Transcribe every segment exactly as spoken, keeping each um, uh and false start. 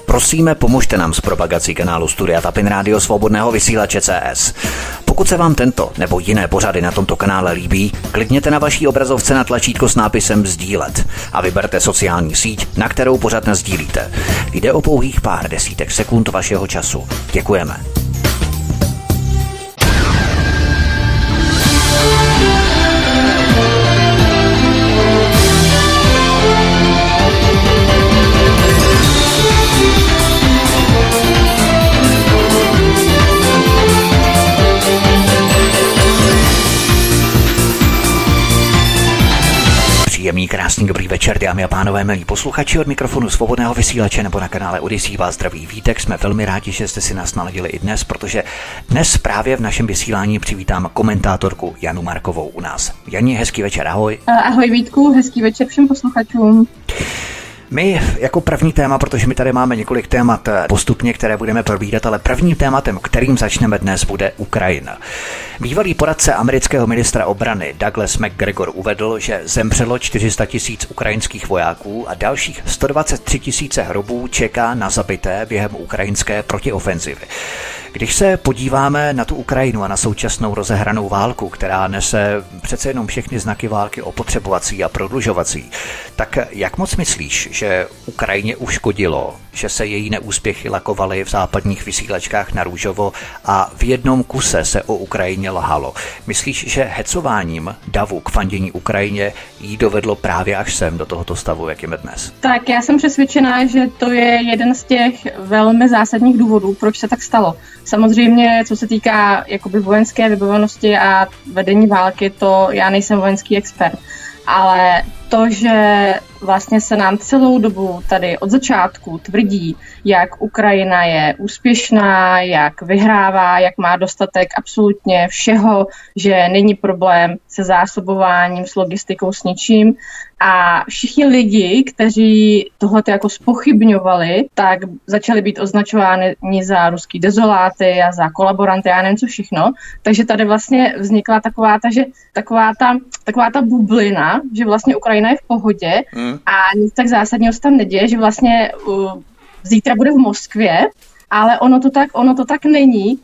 Prosíme, pomožte nám s propagací kanálu Studia Tapin Rádio Svobodného vysílače C S. Pokud se vám tento nebo jiné pořady na tomto kanále líbí, klikněte na vaší obrazovce na tlačítko s nápisem sdílet a vyberte sociální síť, na kterou pořad nasdílíte. Jde o pouhých pár desítek sekund vašeho času. Děkujeme. Příjemný, krásný, dobrý večer, dámy a pánové, milí posluchači, od mikrofonu Svobodného vysílače nebo na kanále Odyssey vás zdraví Vítek. Jsme velmi rádi, že jste si nás naladili i dnes, protože dnes právě v našem vysílání přivítám komentátorku Janu Markovou u nás. Jani, hezký večer, ahoj. Ahoj Vítku, hezký večer všem posluchačům. My jako první téma, protože my tady máme několik témat postupně, které budeme probírat, ale prvním tématem, kterým začneme dnes, bude Ukrajina. Bývalý poradce amerického ministra obrany Douglas Macgregor uvedl, že zemřelo čtyři sta tisíc ukrajinských vojáků a dalších sto dvacet tři tisíce hrobů čeká na zabité během ukrajinské protiofenzivy. Když se podíváme na tu Ukrajinu a na současnou rozehranou válku, která nese přece jenom všechny znaky války opotřebovací a prodlužovací, tak jak moc myslíš, že Ukrajině uškodilo, že se její neúspěchy lakovaly v západních vysílačkách na růžovo a v jednom kuse se o Ukrajině lhalo? Myslíš, že hecováním davu k fandění Ukrajině jí dovedlo právě až sem do tohoto stavu, jak je dnes? Tak já jsem přesvědčená, že to je jeden z těch velmi zásadních důvodů, proč se tak stalo. Samozřejmě, co se týká jakoby vojenské vybavenosti a vedení války, to já nejsem vojenský expert, ale to, že vlastně se nám celou dobu tady od začátku tvrdí, jak Ukrajina je úspěšná, jak vyhrává, jak má dostatek absolutně všeho, že není problém se zásobováním, s logistikou, s ničím. A všichni lidi, kteří tohleto jako zpochybňovali, tak začali být označováni za ruský dezoláty a za kolaboranty, já nevím co všechno. Takže tady vlastně vznikla taková ta, že, taková ta, taková ta bublina, že vlastně Ukrajina je v pohodě hmm. a nic tak zásadního se tam neděje, že vlastně uh, zítra bude v Moskvě, ale ono to tak, ono to tak není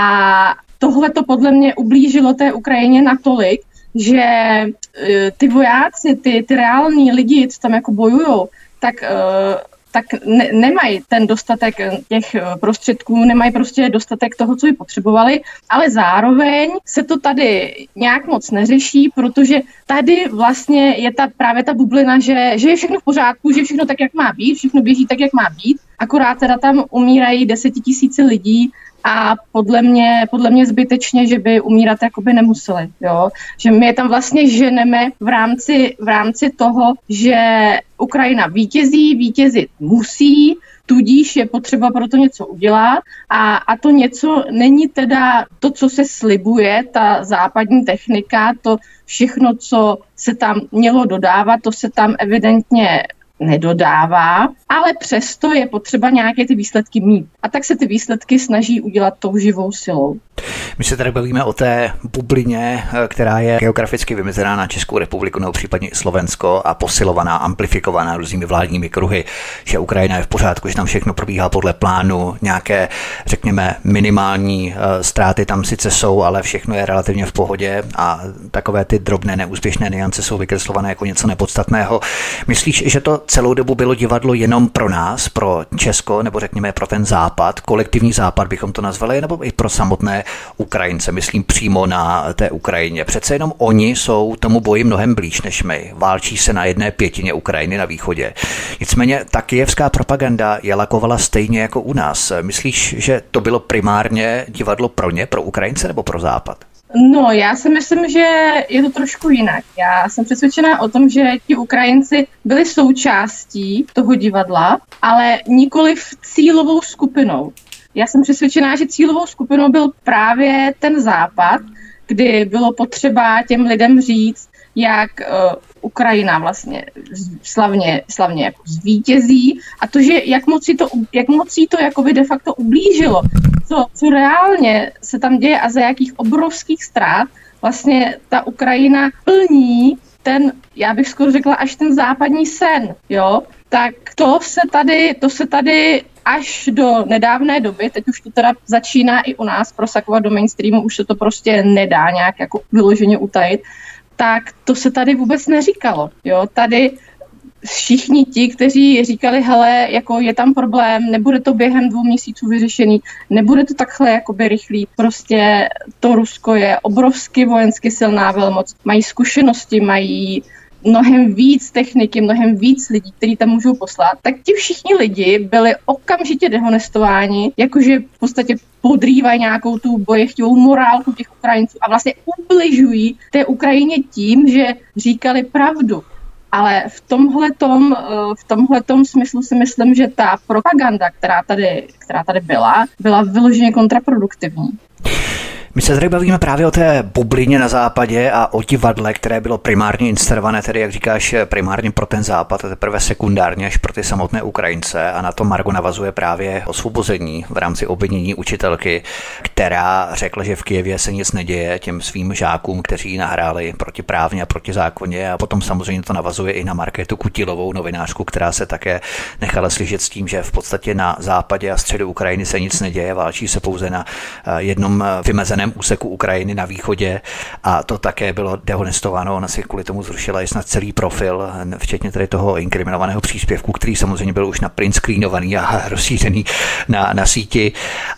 a tohle to podle mě ublížilo té Ukrajině natolik, že uh, ty vojáci, ty, ty reální lidi, co tam jako bojujou, tak, uh, tak ne, nemají ten dostatek těch prostředků, nemají prostě dostatek toho, co by potřebovali, ale zároveň se to tady nějak moc neřeší, protože tady vlastně je ta, právě ta bublina, že, že je všechno v pořádku, že všechno tak, jak má být, všechno běží tak, jak má být, akorát teda tam umírají desetitisíce lidí a podle mě, podle mě zbytečně, že by umírat jakoby nemuseli, jo? Že my je tam vlastně ženeme v rámci, v rámci toho, že Ukrajina vítězí, vítězit musí, tudíž je potřeba pro to něco udělat a, a to něco není teda to, co se slibuje, ta západní technika, to všechno, co se tam mělo dodávat, to se tam evidentně nedodává, ale přesto je potřeba nějaké ty výsledky mít. A tak se ty výsledky snaží udělat tou živou silou. My se tady bavíme o té bublině, která je geograficky vymezená na Českou republiku nebo případně Slovensko a posilovaná, amplifikovaná různými vládními kruhy, že Ukrajina je v pořádku, že tam všechno probíhá podle plánu, nějaké, řekněme, minimální ztráty tam sice jsou, ale všechno je relativně v pohodě a takové ty drobné neúspěšné nuance jsou vykreslované jako něco nepodstatného. Myslíš, že to celou dobu bylo divadlo jenom pro nás, pro Česko, nebo řekněme pro ten západ, kolektivní západ bychom to nazvali, nebo i pro samotné Ukrajince, myslím přímo na té Ukrajině. Přece jenom oni jsou tomu boji mnohem blíž než my. Válčí se na jedné pětině Ukrajiny na východě. Nicméně ta kyjevská propaganda je lakovala stejně jako u nás. Myslíš, že to bylo primárně divadlo pro ně, pro Ukrajince nebo pro západ? No, já si myslím, že je to trošku jinak. Já jsem přesvědčená o tom, že ti Ukrajinci byli součástí toho divadla, ale nikoli v cílovou skupinou. Já jsem přesvědčená, že cílovou skupinou byl právě ten západ, kdy bylo potřeba těm lidem říct, jak uh, Ukrajina vlastně slavně, slavně jako zvítězí a to, že jak moc jí to, jak moc jí to jakoby de facto ublížilo, co, co reálně se tam děje a za jakých obrovských ztrát vlastně ta Ukrajina plní ten, já bych skoro řekla, až ten západní sen, jo, tak to se tady, to se tady až do nedávné doby, teď už to teda začíná i u nás prosakovat do mainstreamu, už se to prostě nedá nějak jako vyloženě utajit, tak to se tady vůbec neříkalo. Jo? Tady všichni ti, kteří říkali, hele, jako je tam problém, nebude to během dvou měsíců vyřešený, nebude to takhle jakoby rychlý, prostě to Rusko je obrovsky vojensky silná velmoc, mají zkušenosti, mají mnohem víc techniky, mnohem víc lidí, kteří tam můžou poslat, tak ti všichni lidi byli okamžitě dehonestováni, jakože v podstatě podrývají nějakou tu bojechtivou morálku těch Ukrajinců a vlastně ubližují té Ukrajině tím, že říkali pravdu. Ale v tomhletom, v tomhletom smyslu si myslím, že ta propaganda, která tady, která tady byla, byla vyloženě kontraproduktivní. My se tady bavíme právě o té bublině na západě a o divadle, které bylo primárně instalované, tedy jak říkáš, primárně pro ten západ a teprve sekundárně až pro ty samotné Ukrajince, a na to Margo navazuje právě osvobození v rámci obvinění učitelky, která řekla, že v Kyjevě se nic neděje těm svým žákům, kteří nahráli protiprávně a protizákonně, a potom samozřejmě to navazuje i na Markétu Kutilovou, novinářku, která se také nechala slyšet s tím, že v podstatě na západě a středu Ukrajiny se nic neděje, válčí se pouze na jednom vymezeném úseku Ukrajiny na východě, a to také bylo dehonestováno. Ona si kvůli tomu zrušila i snad celý profil, včetně tedy toho inkriminovaného příspěvku, který samozřejmě byl už na print screenovaný a rozšířený na, na síti.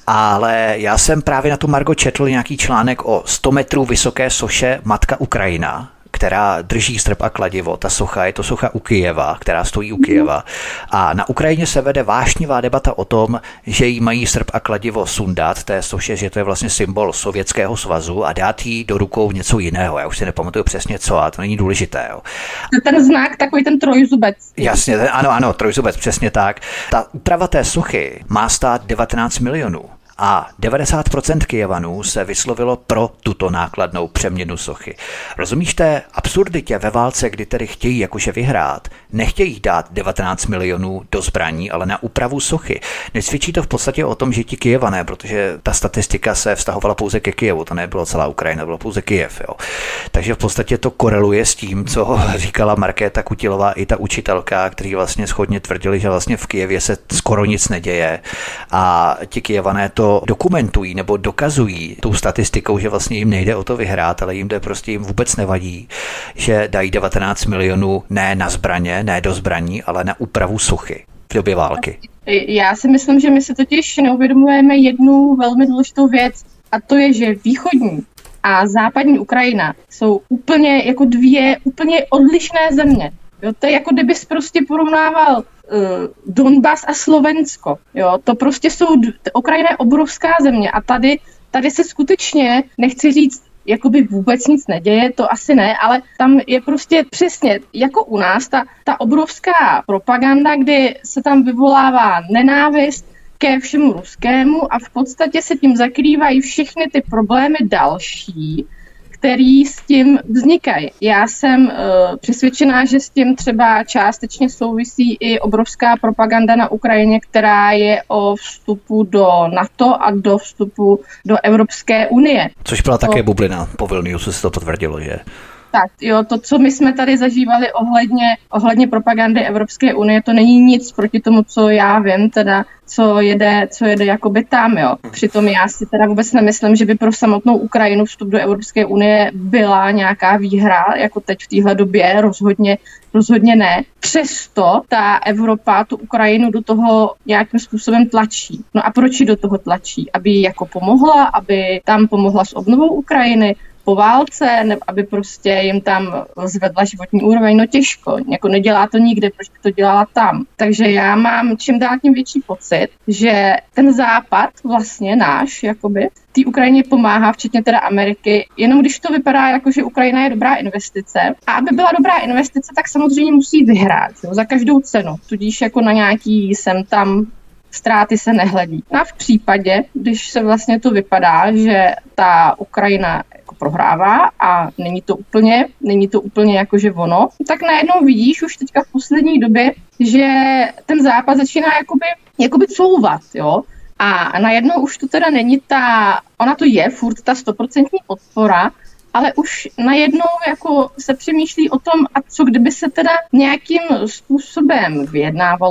Ale já jsem právě na tu Margo četl nějaký článek o sto metrů vysoké soše Matka Ukrajina, která drží srp a kladivo. Ta socha je to socha u Kyjeva, která stojí u Kyjeva. A na Ukrajině se vede vášnivá debata o tom, že jí mají srp a kladivo sundat té soše, že to je vlastně symbol Sovětského svazu, a dát jí do rukou něco jiného. Já už si nepamatuju přesně co, a to není důležité. Jo. Ten znak, takový ten trojzubec. Jasně, ano, ano, trojzubec, přesně tak. Ta úprava té sochy má stát devatenáct milionů. A devadesát procent Kyjevanů se vyslovilo pro tuto nákladnou přeměnu sochy. Rozumíš té absurditě ve válce, kdy tedy chtějí jakože vyhrát, nechtějí dát devatenáct milionů do zbraní, ale na úpravu sochy. Nesvědčí to v podstatě o tom, že ti Kyjevané, protože ta statistika se vztahovala pouze ke Kyjevu, to nebylo celá Ukrajina, bylo pouze Kyjev. Jo. Takže v podstatě to koreluje s tím, co říkala Markéta Kutilová i ta učitelka, kteří vlastně shodně tvrdili, že vlastně v Kyjevě se skoro nic neděje, a ti Kyjevané to dokumentují nebo dokazují tou statistikou, že vlastně jim nejde o to vyhrát, ale jim jde prostě, jim vůbec nevadí, že dají devatenáct milionů ne na zbraně, ne do zbraní, ale na úpravu sochy v době války. Já si myslím, že my se totiž neuvědomujeme jednu velmi důležitou věc, a to je, že východní a západní Ukrajina jsou úplně jako dvě úplně odlišné země. Jo, to je jako kdybys prostě porovnával uh, Donbas a Slovensko. Jo, to prostě jsou, Ukrajina je obrovská země a tady, tady se skutečně, nechci říct, jakoby vůbec nic neděje, to asi ne, ale tam je prostě přesně jako u nás ta, ta obrovská propaganda, kdy se tam vyvolává nenávist ke všemu ruskému a v podstatě se tím zakrývají všechny ty problémy další, který s tím vznikají. Já jsem uh, přesvědčená, že s tím třeba částečně souvisí i obrovská propaganda na Ukrajině, která je o vstupu do NATO a do vstupu do Evropské unie. Což byla také to... bublina po Vilniusu, se to potvrdilo, že? Tak, jo, to, co my jsme tady zažívali ohledně, ohledně propagandy Evropské unie, to není nic proti tomu, co já vím, teda, co jede, co jede jakoby tam, jo. Přitom já si teda vůbec nemyslím, že by pro samotnou Ukrajinu vstup do Evropské unie byla nějaká výhra, jako teď v téhle době, rozhodně, rozhodně ne. Přesto ta Evropa tu Ukrajinu do toho nějakým způsobem tlačí. No a proč ji do toho tlačí? Aby jí jako pomohla, aby tam pomohla s obnovou Ukrajiny, po válce, nebo aby prostě jim tam zvedla životní úroveň, no těžko, jako nedělá to nikde, proč by to dělala tam. Takže já mám čím dál tím větší pocit, že ten západ vlastně náš, jakoby, té Ukrajině pomáhá, včetně teda Ameriky, jenom když to vypadá jako, že Ukrajina je dobrá investice. A aby byla dobrá investice, tak samozřejmě musí vyhrát, jo, za každou cenu. Tudíž jako na nějaký sem tam ztráty se nehledí. A v případě, když se vlastně to vypadá, že ta Ukrajina jako prohrává a není to úplně, není to úplně jako že ono, tak najednou vidíš už teďka v poslední době, že ten západ začíná jakoby, jakoby couvat, jo. A najednou už to teda není ta, ona to je furt ta stoprocentní podpora, ale už najednou jako se přemýšlí o tom, a co kdyby se teda nějakým způsobem vyjednávalo,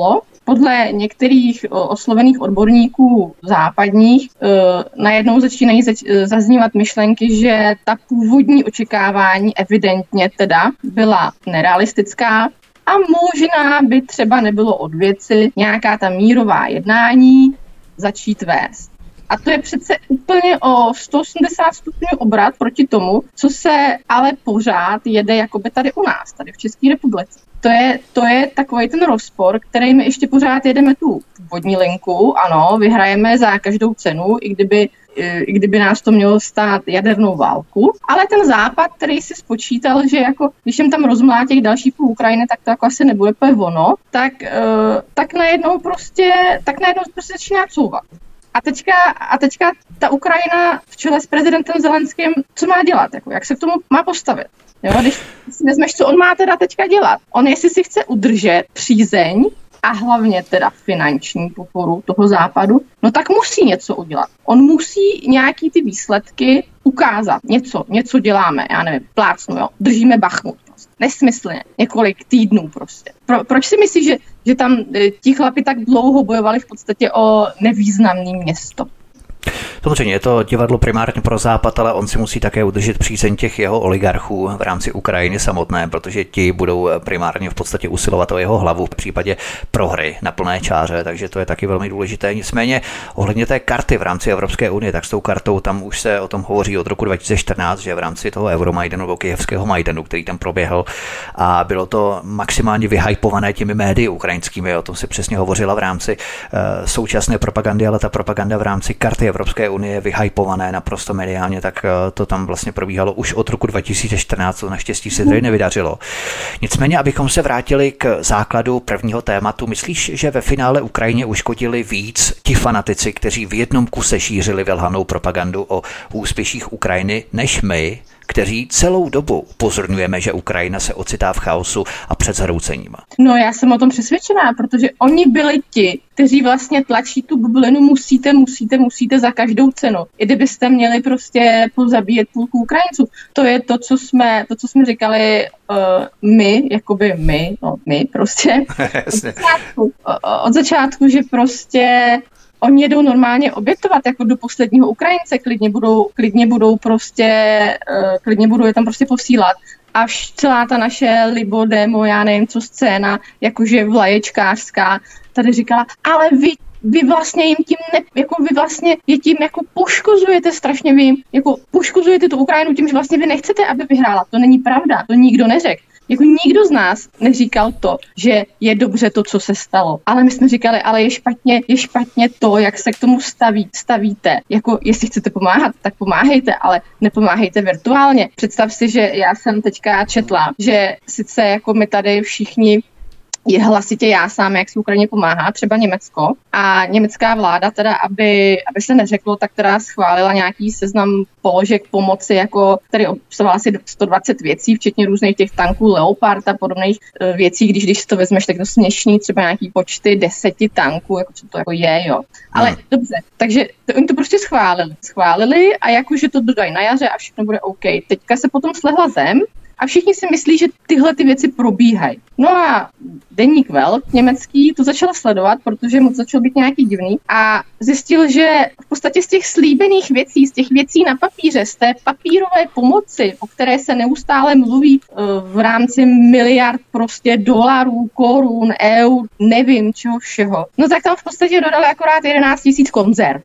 podle některých oslovených odborníků západních najednou začínají zaznívat myšlenky, že ta původní očekávání evidentně teda byla nerealistická a možná by třeba nebylo od věci nějaká ta mírová jednání začít vést. A to je přece úplně o sto osmdesát stupňů obrat proti tomu, co se ale pořád jede jakoby tady u nás, tady v České republice. To je, to je takový ten rozpor, který my ještě pořád jedeme tu původní linku, ano, vyhrajeme za každou cenu, i kdyby, i kdyby nás to mělo stát jadernou válku, ale ten západ, který si spočítal, že jako, když jim tam rozmlá těch další půl Ukrajiny, tak to jako asi nebude úplně ono, tak, tak najednou prostě, tak najednou prostě začíná couvat. A teďka, a teďka ta Ukrajina v čele s prezidentem Zelenským, co má dělat, jako, jak se k tomu má postavit. Jo, když si vezmeš, co on má teda teďka dělat. On jestli si chce udržet přízeň a hlavně teda finanční podporu toho západu, no tak musí něco udělat. On musí nějaký ty výsledky ukázat. Něco, něco děláme, já nevím, plácnu, jo, držíme Bachmut. Prostě. Nesmyslně, několik týdnů prostě. Pro, proč si myslíš, že, že tam ti chlapi tak dlouho bojovali v podstatě o nevýznamné město? Samozřejmě je to divadlo primárně pro Západ, ale on si musí také udržet přízeň těch jeho oligarchů v rámci Ukrajiny samotné, protože ti budou primárně v podstatě usilovat o jeho hlavu v případě prohry na plné čáře, takže to je taky velmi důležité. Nicméně ohledně té karty v rámci Evropské unie, tak s tou kartou tam už se o tom hovoří od roku dva tisíce čtrnáct, že v rámci toho Euromajdanu nebo Kyjevského Majdanu, který tam proběhl, a bylo to maximálně vyhypované těmi médii ukrajinskými, o tom se přesně hovořila v rámci uh, současné propagandy, ale ta propaganda v rámci karty Evropské unie je vyhypované naprosto mediálně, tak to tam vlastně probíhalo už od roku dva tisíce čtrnáct, to naštěstí se tady nevydařilo. Nicméně, abychom se vrátili k základu prvního tématu, myslíš, že ve finále Ukrajině uškodili víc ti fanatici, kteří v jednom kuse šířili velhanou propagandu o úspěších Ukrajiny, než my, kteří celou dobu upozorňujeme, že Ukrajina se ocitá v chaosu a před zhroucením? No já jsem o tom přesvědčená, protože oni byli ti, kteří vlastně tlačí tu bublinu, musíte, musíte, musíte za každou cenu. I kdybyste měli prostě pozabíjet půlku Ukrajinců. To je to, co jsme, to, co jsme říkali uh, my, jakoby my, no my prostě. od, začátku, od začátku, že prostě oni jedou normálně obětovat jako do posledního Ukrajince, klidně budou, klidně budou prostě, uh, klidně budou je tam prostě posílat. A vš, celá ta naše libo, demo, já nevím co scéna, jakože vlaječkářská, tady říkala, ale vy, vy vlastně jim tím, ne, jako vy vlastně je tím jako poškozujete strašně, vy jim, jako poškozujete tu Ukrajinu tím, že vlastně vy nechcete, aby vyhrála. To není pravda, to nikdo neřekl. Jako nikdo z nás neříkal to, že je dobře to, co se stalo. Ale my jsme říkali, ale je špatně, je špatně to, jak se k tomu staví, stavíte. Jako jestli chcete pomáhat, tak pomáhejte, ale nepomáhejte virtuálně. Představ si, že já jsem teďka četla, že sice jako my tady všichni je hlasitě jásáme, jak se Ukrajině pomáhá, třeba Německo. A německá vláda teda, aby, aby se neřeklo, tak teda schválila nějaký seznam položek pomoci, jako který obsahoval asi sto dvacet věcí, včetně různých těch tanků Leopard a podobných věcí. Když, když si to vezmeš, tak to směšný, třeba nějaký počty deseti tanků, jako co to jako je, jo. Ale hmm. dobře, takže to, oni to prostě schválili. Schválili a jakože to dodají na jaře a všechno bude OK. Teďka se potom slehla zem, a všichni si myslí, že tyhle ty věci probíhají. No a deník Welt německý to začal sledovat, protože mu začal být nějaký divný a zjistil, že v podstatě z těch slíbených věcí, z těch věcí na papíře, z té papírové pomoci, o které se neustále mluví v rámci miliard prostě dolarů, korun, eur, nevím čeho všeho, no tak tam v podstatě dodali akorát jedenáct tisíc konzerv.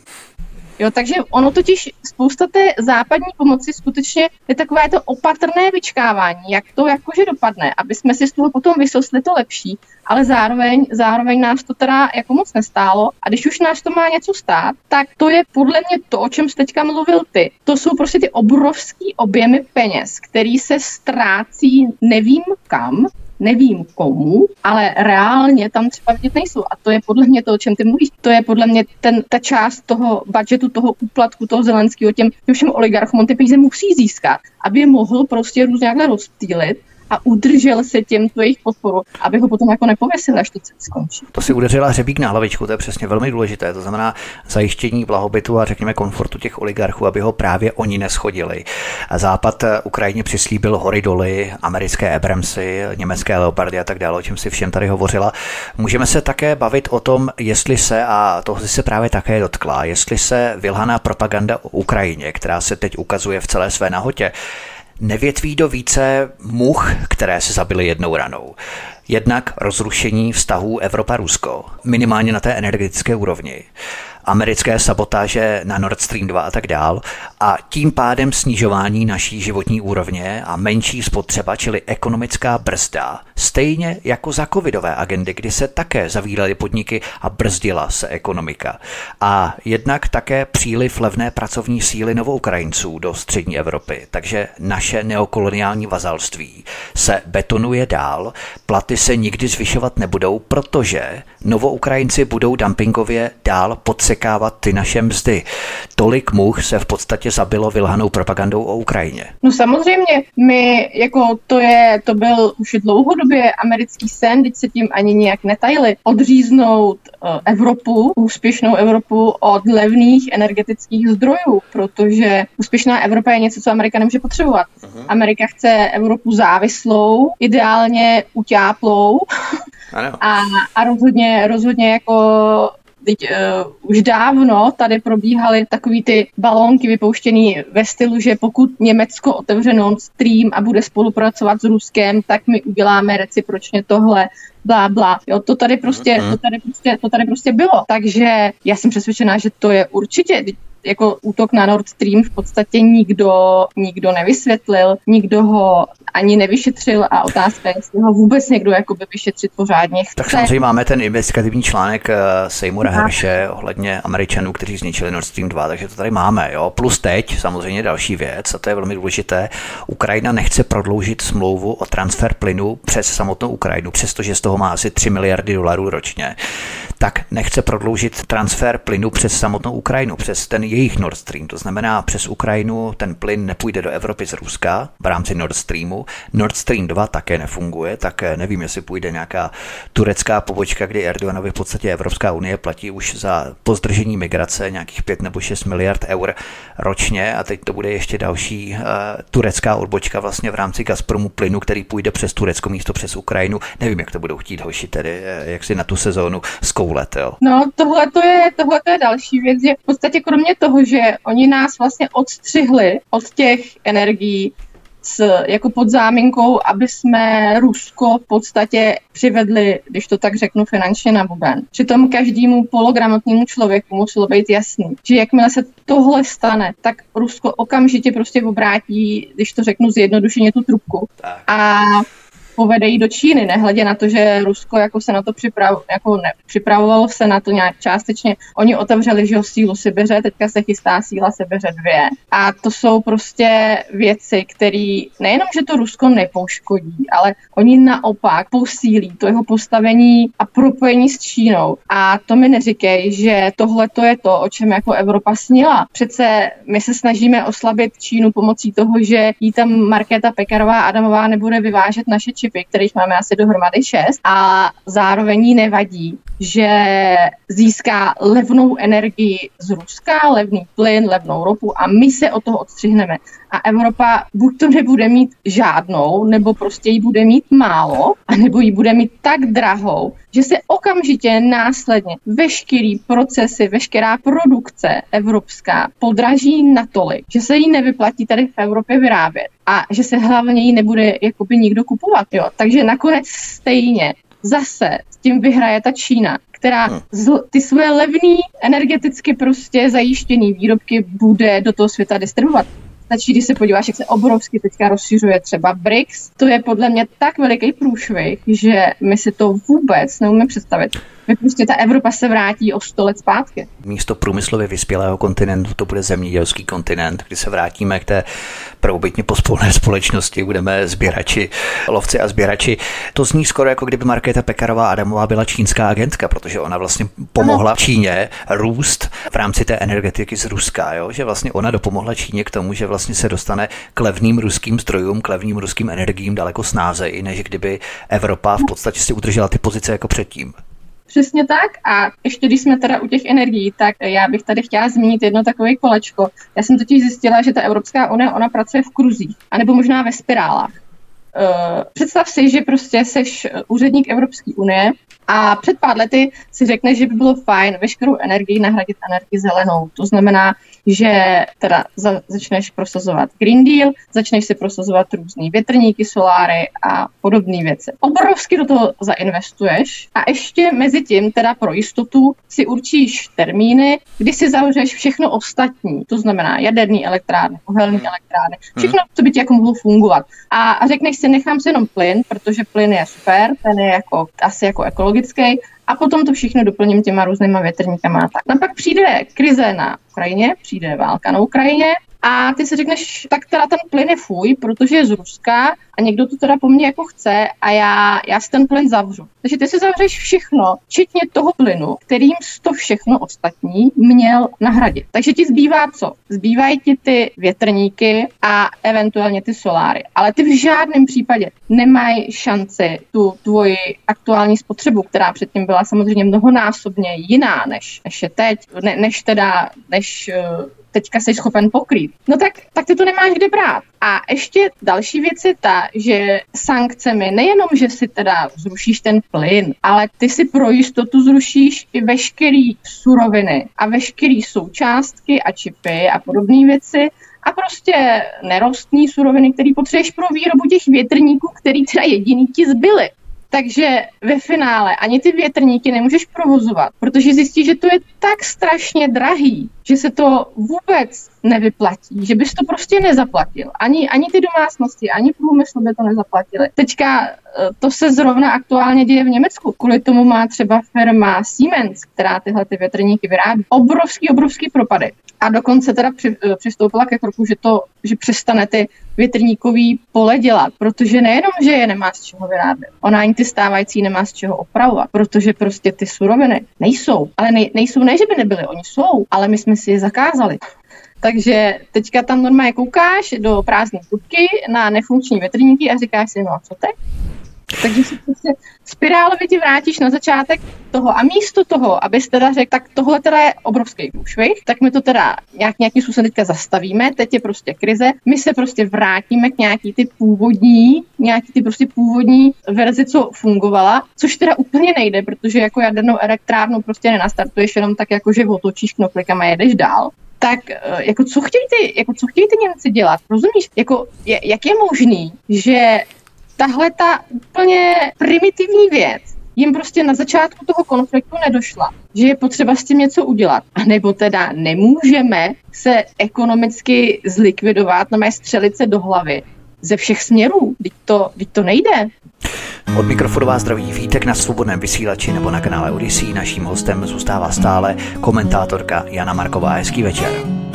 Jo, takže ono totiž spousta té západní pomoci skutečně je takové to opatrné vyčkávání, jak to jakože dopadne, aby jsme si z toho potom vysosli to lepší, ale zároveň, zároveň nás to teda jako moc nestálo a když už nás to má něco stát, tak to je podle mě to, o čem jsi teďka mluvil ty. To jsou prostě ty obrovský objemy peněz, který se ztrácí nevím kam, nevím komu, ale reálně tam třeba vidět nejsou. A to je podle mě to, o čem ty mluvíš. To je podle mě ten, ta část toho budžetu, toho úplatku, toho Zelenského, těm, těm všem oligarchům, on ty peníze musí získat, aby je mohl prostě různě nějakhle rozptýlit a udržel se těm tu jejich podporu, aby ho potom jako nepověsil, až to skončí. To si udeřila hřebík na hlavičku, to je přesně velmi důležité. To znamená zajištění blahobytu a řekněme komfortu těch oligarchů, aby ho právě oni neschodili. Západ Ukrajině přislíbil hory doly, americké Abramsy, německé Leopardy a tak dále, o čem si všem tady hovořila. Můžeme se také bavit o tom, jestli se, a toho se právě také dotkla, jestli se vylhaná propaganda o Ukrajině, která se teď ukazuje v celé své nahotě, nevětví do více much, které se zabily jednou ranou. Jednak rozrušení vztahů Evropa-Rusko, minimálně na té energetické úrovni, americké sabotáže na Nord Stream dva a tak dál a tím pádem snižování naší životní úrovně a menší spotřeba, čili ekonomická brzda, stejně jako za covidové agendy, kdy se také zavíraly podniky a brzdila se ekonomika. A jednak také příliv levné pracovní síly Novoukrajinců do střední Evropy, takže naše neokoloniální vazalství se betonuje dál, platy se nikdy zvyšovat nebudou, protože Novoukrajinci budou dumpingově dál podsekávat ty naše mzdy. Tolik much se v podstatě zabilo vylhanou propagandou o Ukrajině. No samozřejmě, my, jako to je, to byl už dlouhodobě americký sen, teď se tím ani nijak netajili, odříznout uh, Evropu, úspěšnou Evropu od levných energetických zdrojů, protože úspěšná Evropa je něco, co Amerika nemůže potřebovat. Uh-huh. Amerika chce Evropu závislou, ideálně utáplou a, a rozhodně, rozhodně jako teď uh, už dávno tady probíhaly takový ty balónky vypouštěný ve stylu, že pokud Německo otevře Nord Stream a bude spolupracovat s Ruskem, tak my uděláme recipročně tohle, blá, blá. Jo, to tady prostě, to tady prostě, to tady prostě bylo. Takže já jsem přesvědčená, že to je určitě jako útok na Nord Stream v podstatě nikdo, nikdo nevysvětlil, nikdo ho ani nevyšetřil a otázka je, jestli ho vůbec někdo jakoby vyšetřit pořádně chce. Tak samozřejmě máme ten investigativní článek Seymoura Hershe ohledně Američanů, kteří zničili Nord Stream dva, takže to tady máme. Jo. Plus teď samozřejmě další věc, a to je velmi důležité, Ukrajina nechce prodloužit smlouvu o transfer plynu přes samotnou Ukrajinu, přestože z toho má asi tři miliardy dolarů ročně, tak nechce prodloužit transfer plynu přes samotnou Ukrajinu, přes ten jejich Nord Stream, to znamená přes Ukrajinu ten plyn nepůjde do Evropy z Ruska v rámci Nord Streamu. Nord Stream dva také nefunguje, tak nevím, jestli půjde nějaká turecká pobočka, kdy Erdoganovi v podstatě Evropská unie platí už za pozdržení migrace nějakých pět nebo šest miliard eur ročně a teď to bude ještě další uh, turecká odbočka vlastně v rámci Gazpromu plynu, který půjde přes Turecko místo přes Ukrajinu. Nevím, jak to budou chtít hoši tedy, jak si na tu sezónu zkoulet, jo. No, tohle to je, tohle to je další věc, že v podstatě kromě toho, že oni nás vlastně odstřihli od těch energií s, jako pod záminkou, aby jsme Rusko v podstatě přivedli, když to tak řeknu, finančně na buben. Přitom každému pologramotnému člověku muselo být jasný, že jakmile se tohle stane, tak Rusko okamžitě prostě obrátí, když to řeknu zjednodušeně, tu trubku. A povede jí do Číny, nehledě na to, že Rusko jako se na to připrav, jako ne, připravovalo se na to nějak částečně. Oni otevřeli, že ho sílu Sibiře, teďka se chystá síla Sibiře dvě. A to jsou prostě věci, které nejenom, že to Rusko nepouškodí, ale oni naopak posílí to jeho postavení a propojení s Čínou. A to mi neříkej, že tohle to je to, o čem jako Evropa snila. Přece my se snažíme oslabit Čínu pomocí toho, že jí tam Markéta Pekarová Adamová nebude vyvážet naše čipy, kterých máme asi dohromady šest, a zároveň jí nevadí, že získá levnou energii z Ruska, levný plyn, levnou ropu a my se od toho odstřihneme. A Evropa buď to nebude mít žádnou, nebo prostě ji bude mít málo, anebo ji bude mít tak drahou, že se okamžitě následně veškerý procesy, veškerá produkce evropská podraží natolik, že se jí nevyplatí tady v Evropě vyrábět a že se hlavně jí nebude jakoby nikdo kupovat. Jo. Takže nakonec stejně zase s tím vyhraje ta Čína, která zl- ty své levný, energeticky prostě zajištěný výrobky bude do toho světa distribuovat. Stačí, když se podíváš, jak se obrovsky teďka rozšiřuje třeba B R I C S. To je podle mě tak veliký průšvih, že my si to vůbec neumíme představit. Prostě ta Evropa se vrátí o sto let zpátky. Místo průmyslově vyspělého kontinentu to bude zemědělský kontinent, kdy se vrátíme k té prvobytně pospolné společnosti, budeme sběrači, lovci a sběrači. To zní skoro jako kdyby Markéta Pekarová Adamová byla čínská agentka, protože ona vlastně pomohla ano. Číně růst v rámci té energetiky z Ruska, jo? Že vlastně ona dopomohla Číně k tomu, že vlastně se dostane k levným ruským zdrojům, k levným ruským energiím daleko snázeji, než kdyby Evropa v podstatě si udržela ty pozice jako předtím. Přesně tak a ještě když jsme teda u těch energií, tak já bych tady chtěla zmínit jedno takové kolečko. Já jsem totiž zjistila, že ta Evropská unie, ona pracuje v kruzích, anebo možná ve spirálách. Uh, představ si, že prostě seš úředník Evropské unie a před pár lety si řekneš, že by bylo fajn veškerou energii nahradit energii zelenou. To znamená, že teda za, začneš prosazovat Green Deal, začneš si prosazovat různý větrníky, soláry a podobné věci. Obrovsky do toho zainvestuješ a ještě mezi tím teda pro jistotu si určíš termíny, kdy si zavřeš všechno ostatní. To znamená jaderný elektrárny, uhelný elektrárny, všechno, co by ti jako mohlo fungovat. A řekneš si, nechám si jenom plyn, protože plyn je super, ten je jako, asi jako ekologický, a potom to všechno doplním těma různýma větrníkama. Tak. No pak přijde krize na Ukrajině, přijde válka na Ukrajině a ty si řekneš, tak teda ten plyn je fuj, protože je z Ruska a někdo to teda po mně jako chce a já, já si ten plyn zavřu. Takže ty si zavřeš všechno, včetně toho plynu, kterým to všechno ostatní měl nahradit. Takže ti zbývá co? Zbývají ti ty větrníky a eventuálně ty soláry. Ale ty v žádném případě nemají šanci tu tvoji aktuální spotřebu, která předtím byla samozřejmě mnohonásobně jiná, než, než je teď, ne, než teda, než teďka jsi schopen pokrýt. No tak, tak ty to nemáš kde brát. A ještě další věc je ta, že sankcemi nejenom, že si teda zrušíš ten plyn, ale ty si pro jistotu zrušíš i veškerý suroviny a veškerý součástky a čipy a podobné věci a prostě nerostný suroviny, které potřebuješ pro výrobu těch větrníků, který teda jediný ti zbyly. Takže ve finále ani ty větrníky nemůžeš provozovat, protože zjistíš, že to je tak strašně drahý, že se to vůbec nevyplatí, že bys to prostě nezaplatil. Ani, ani ty domácnosti, ani průmysl by to nezaplatili. Teďka to se zrovna aktuálně děje v Německu. Kvůli tomu má třeba firma Siemens, která tyhle ty větrníky vyrábí, obrovský, obrovský propady. A dokonce teda při, přistoupila ke kroku, že, to, že přestane ty větrníkový pole dělat, protože nejenom, že je nemá z čeho vyrábět, ona ani ty stávající nemá z čeho opravovat, protože prostě ty suroviny nejsou. Ale nej, nejsou, ne, že by nebyly, oni jsou, ale my jsme si je zakázali. Takže teďka tam normálně koukáš do prázdné trubky na nefunkční větrníky a říkáš si, no a co teď? Takže si prostě spirálově ti vrátíš na začátek toho a místo toho, abys teda řekl, tak tohle teda je obrovský průšvih, tak my to teda nějak, nějakým způsobem teďka zastavíme, teď je prostě krize, my se prostě vrátíme k nějaký ty původní, nějaký ty prostě původní verzi, co fungovala, což teda úplně nejde, protože jako jadernou elektrárnu prostě nenastartuješ jenom tak, jako že otočíš knoflikama a jedeš dál. Tak jako co chtějí ty, jako co chtějí ty Němci dělat, rozumíš? Jako, je, jak je možný, že tahle ta úplně primitivní věc jim prostě na začátku toho konfliktu nedošla, že je potřeba s tím něco udělat. A nebo teda nemůžeme se ekonomicky zlikvidovat, no mé střelit se do hlavy ze všech směrů. Vždyť to, vždyť to nejde. Od mikrofonu vás zdraví Vítek na Svobodném vysílači nebo na kanále Odyssey. Naším hostem zůstává stále komentátorka Jana Marková. Hezký večer.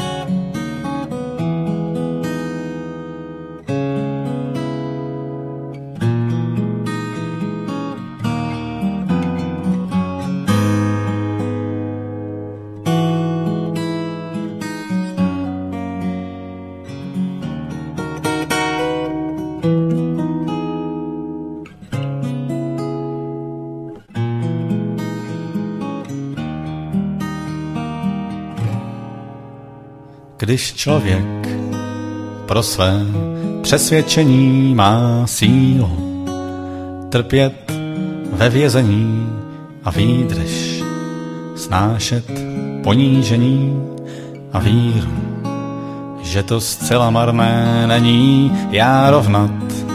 Když člověk pro své přesvědčení má sílu trpět ve vězení a výdrž snášet ponížení a víru, že to zcela marné není, já rovnat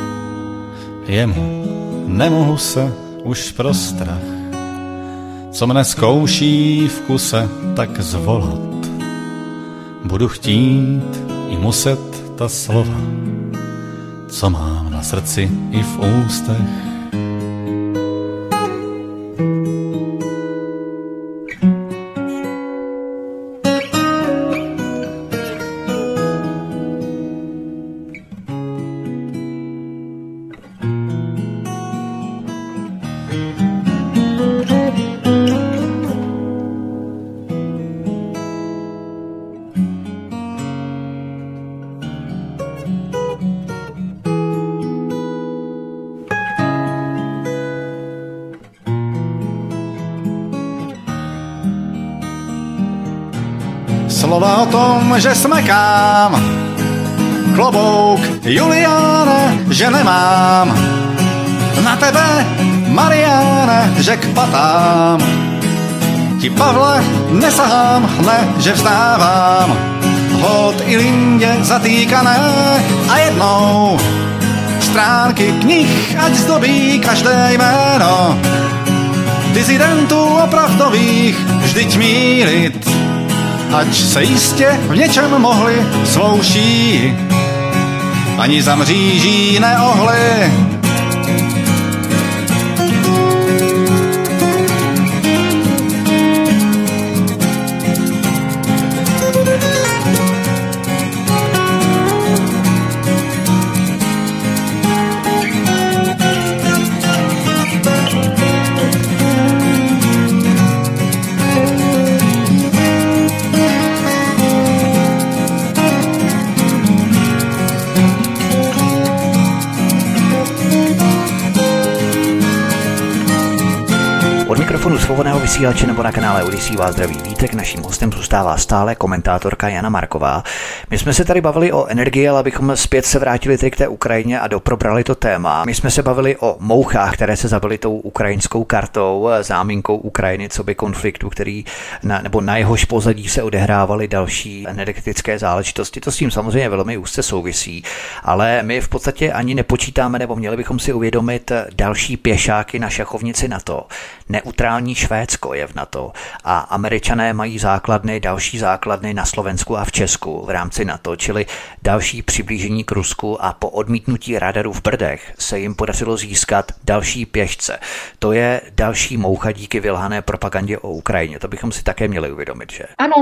jemu nemohu se už pro strach, co mne zkouší v kuse, tak zvolat. Budu chtít i muset ta slova, co mám na srdci i v ústech. slova o tom, že smekám. Klobouk, Juliáne, že nemám. Na tebe, Mariáne, že k patám. Ti, Pavle, nesahám, ne, že vzdávám. Hod i Lindě zatýkané a jednou stránky knih, ať zdobí každé jméno. Dizidentů opravdových vždyť mílit, ať se jistě v něčem mohli svou šíji ani za mříží neohli. Svobodného vysílače nebo na kanále Odyssey vás zdraví Vítek. Naším hostem zůstává stále komentátorka Jana Marková. My jsme se tady bavili o energii, ale abychom zpět se vrátili tady k té Ukrajině a doprobrali to téma. My jsme se bavili o mouchách, které se zabily tou ukrajinskou kartou, záminkou Ukrajiny, co by konfliktu, který na, nebo na jehož pozadí se odehrávaly další energetické záležitosti. To s tím samozřejmě velmi úzce souvisí, ale my v podstatě ani nepočítáme, nebo měli bychom si uvědomit další pěšáky na šachovnici NATO. Neutrální Švédsko je v NATO a Američané mají základny, další základny na Slovensku a v Česku v rámci NATO, čili další přiblížení k Rusku a po odmítnutí radaru v Brdech se jim podařilo získat další pěšce. To je další moucha díky vylhané propagandě o Ukrajině. To bychom si také měli uvědomit, že? Ano,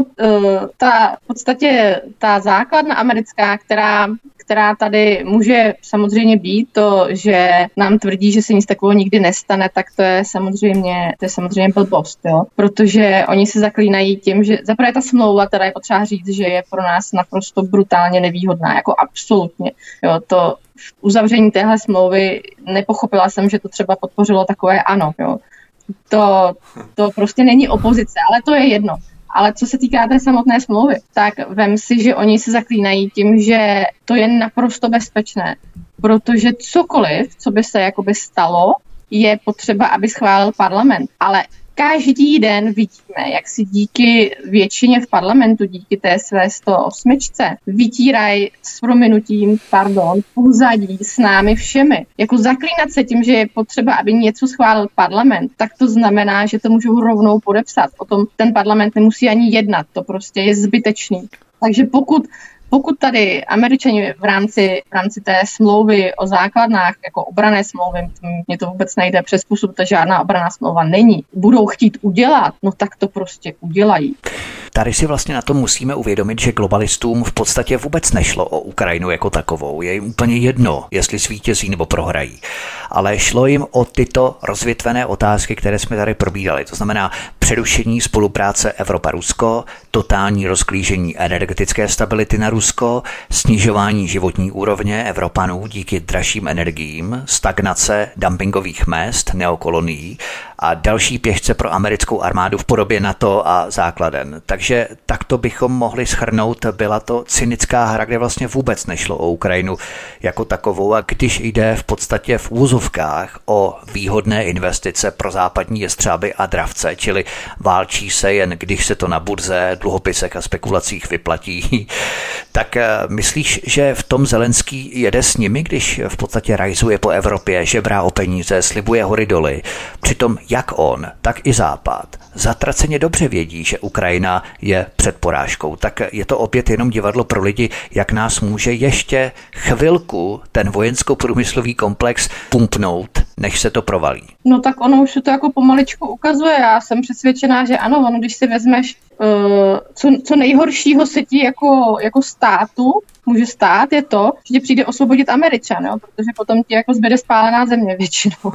ta v podstatě ta základna americká, která která tady může samozřejmě být, to, že nám tvrdí, že se nic takového nikdy nestane, tak to je samozřejmě, to je samozřejmě blbost, jo? Protože oni se zaklínají tím, že zaprvé ta smlouva, teda je potřeba říct, že je pro nás naprosto brutálně nevýhodná, jako absolutně, jo, to v uzavření téhle smlouvy nepochopila jsem, že to třeba podpořilo takové ano, jo. To, to prostě není opozice, ale to je jedno. Ale co se týká té samotné smlouvy, tak vem si, že oni se zaklínají tím, že to je naprosto bezpečné, protože cokoliv, co by se jakoby stalo, je potřeba, aby schválil parlament. Ale každý den vidíme, jak si díky většině v parlamentu, díky té své sto osm vytírají s prominutím, pardon, pozadí s námi všemi. Jako zaklínat se tím, že je potřeba, aby něco schválil parlament, tak to znamená, že to můžou rovnou podepsat. O tom ten parlament nemusí ani jednat, to prostě je zbytečný. Takže pokud Pokud tady Američani v rámci, v rámci té smlouvy o základnách, jako obranné smlouvy, mě to vůbec nejde přes působ, to žádná obranná smlouva není, budou chtít udělat, no tak to prostě udělají. Tady si vlastně na to musíme uvědomit, že globalistům v podstatě vůbec nešlo o Ukrajinu jako takovou. Je jim úplně jedno, jestli zvítězí nebo prohrají. Ale šlo jim o tyto rozvětvené otázky, které jsme tady probírali. To znamená přerušení spolupráce Evropa-Rusko, totální rozklížení energetické stability na Rusko, snižování životní úrovně Evropanů díky dražším energiím, stagnace dumpingových mezd, neokolonií a další pěšce pro americkou armádu v podobě NATO a základen. Takže takto bychom mohli shrnout, byla to cynická hra, kde vlastně vůbec nešlo o Ukrajinu jako takovou, a když jde v podstatě v úzovkách o výhodné investice pro západní jestřáby a dravce, čili válčí se jen, když se to na burze, dluhopisech a spekulacích vyplatí, tak myslíš, že v tom Zelenský jede s nimi, když v podstatě rajzuje po Evropě, žebrá o peníze, slibuje hory doly, přitom jak on, tak i Západ zatraceně dobře vědí, že Ukrajina je před porážkou. Tak je to opět jenom divadlo pro lidi, jak nás může ještě chvilku ten vojensko-průmyslový komplex pumpnout, než se to provalí. No tak ono už se to jako pomaličku ukazuje. Já jsem přesvědčená, že ano, ono, když si vezmeš, uh, co, co nejhoršího se ti jako, jako státu může stát, je to, že ti přijde osvobodit Američan, jo? Protože potom ti jako zbyde spálená země většinou.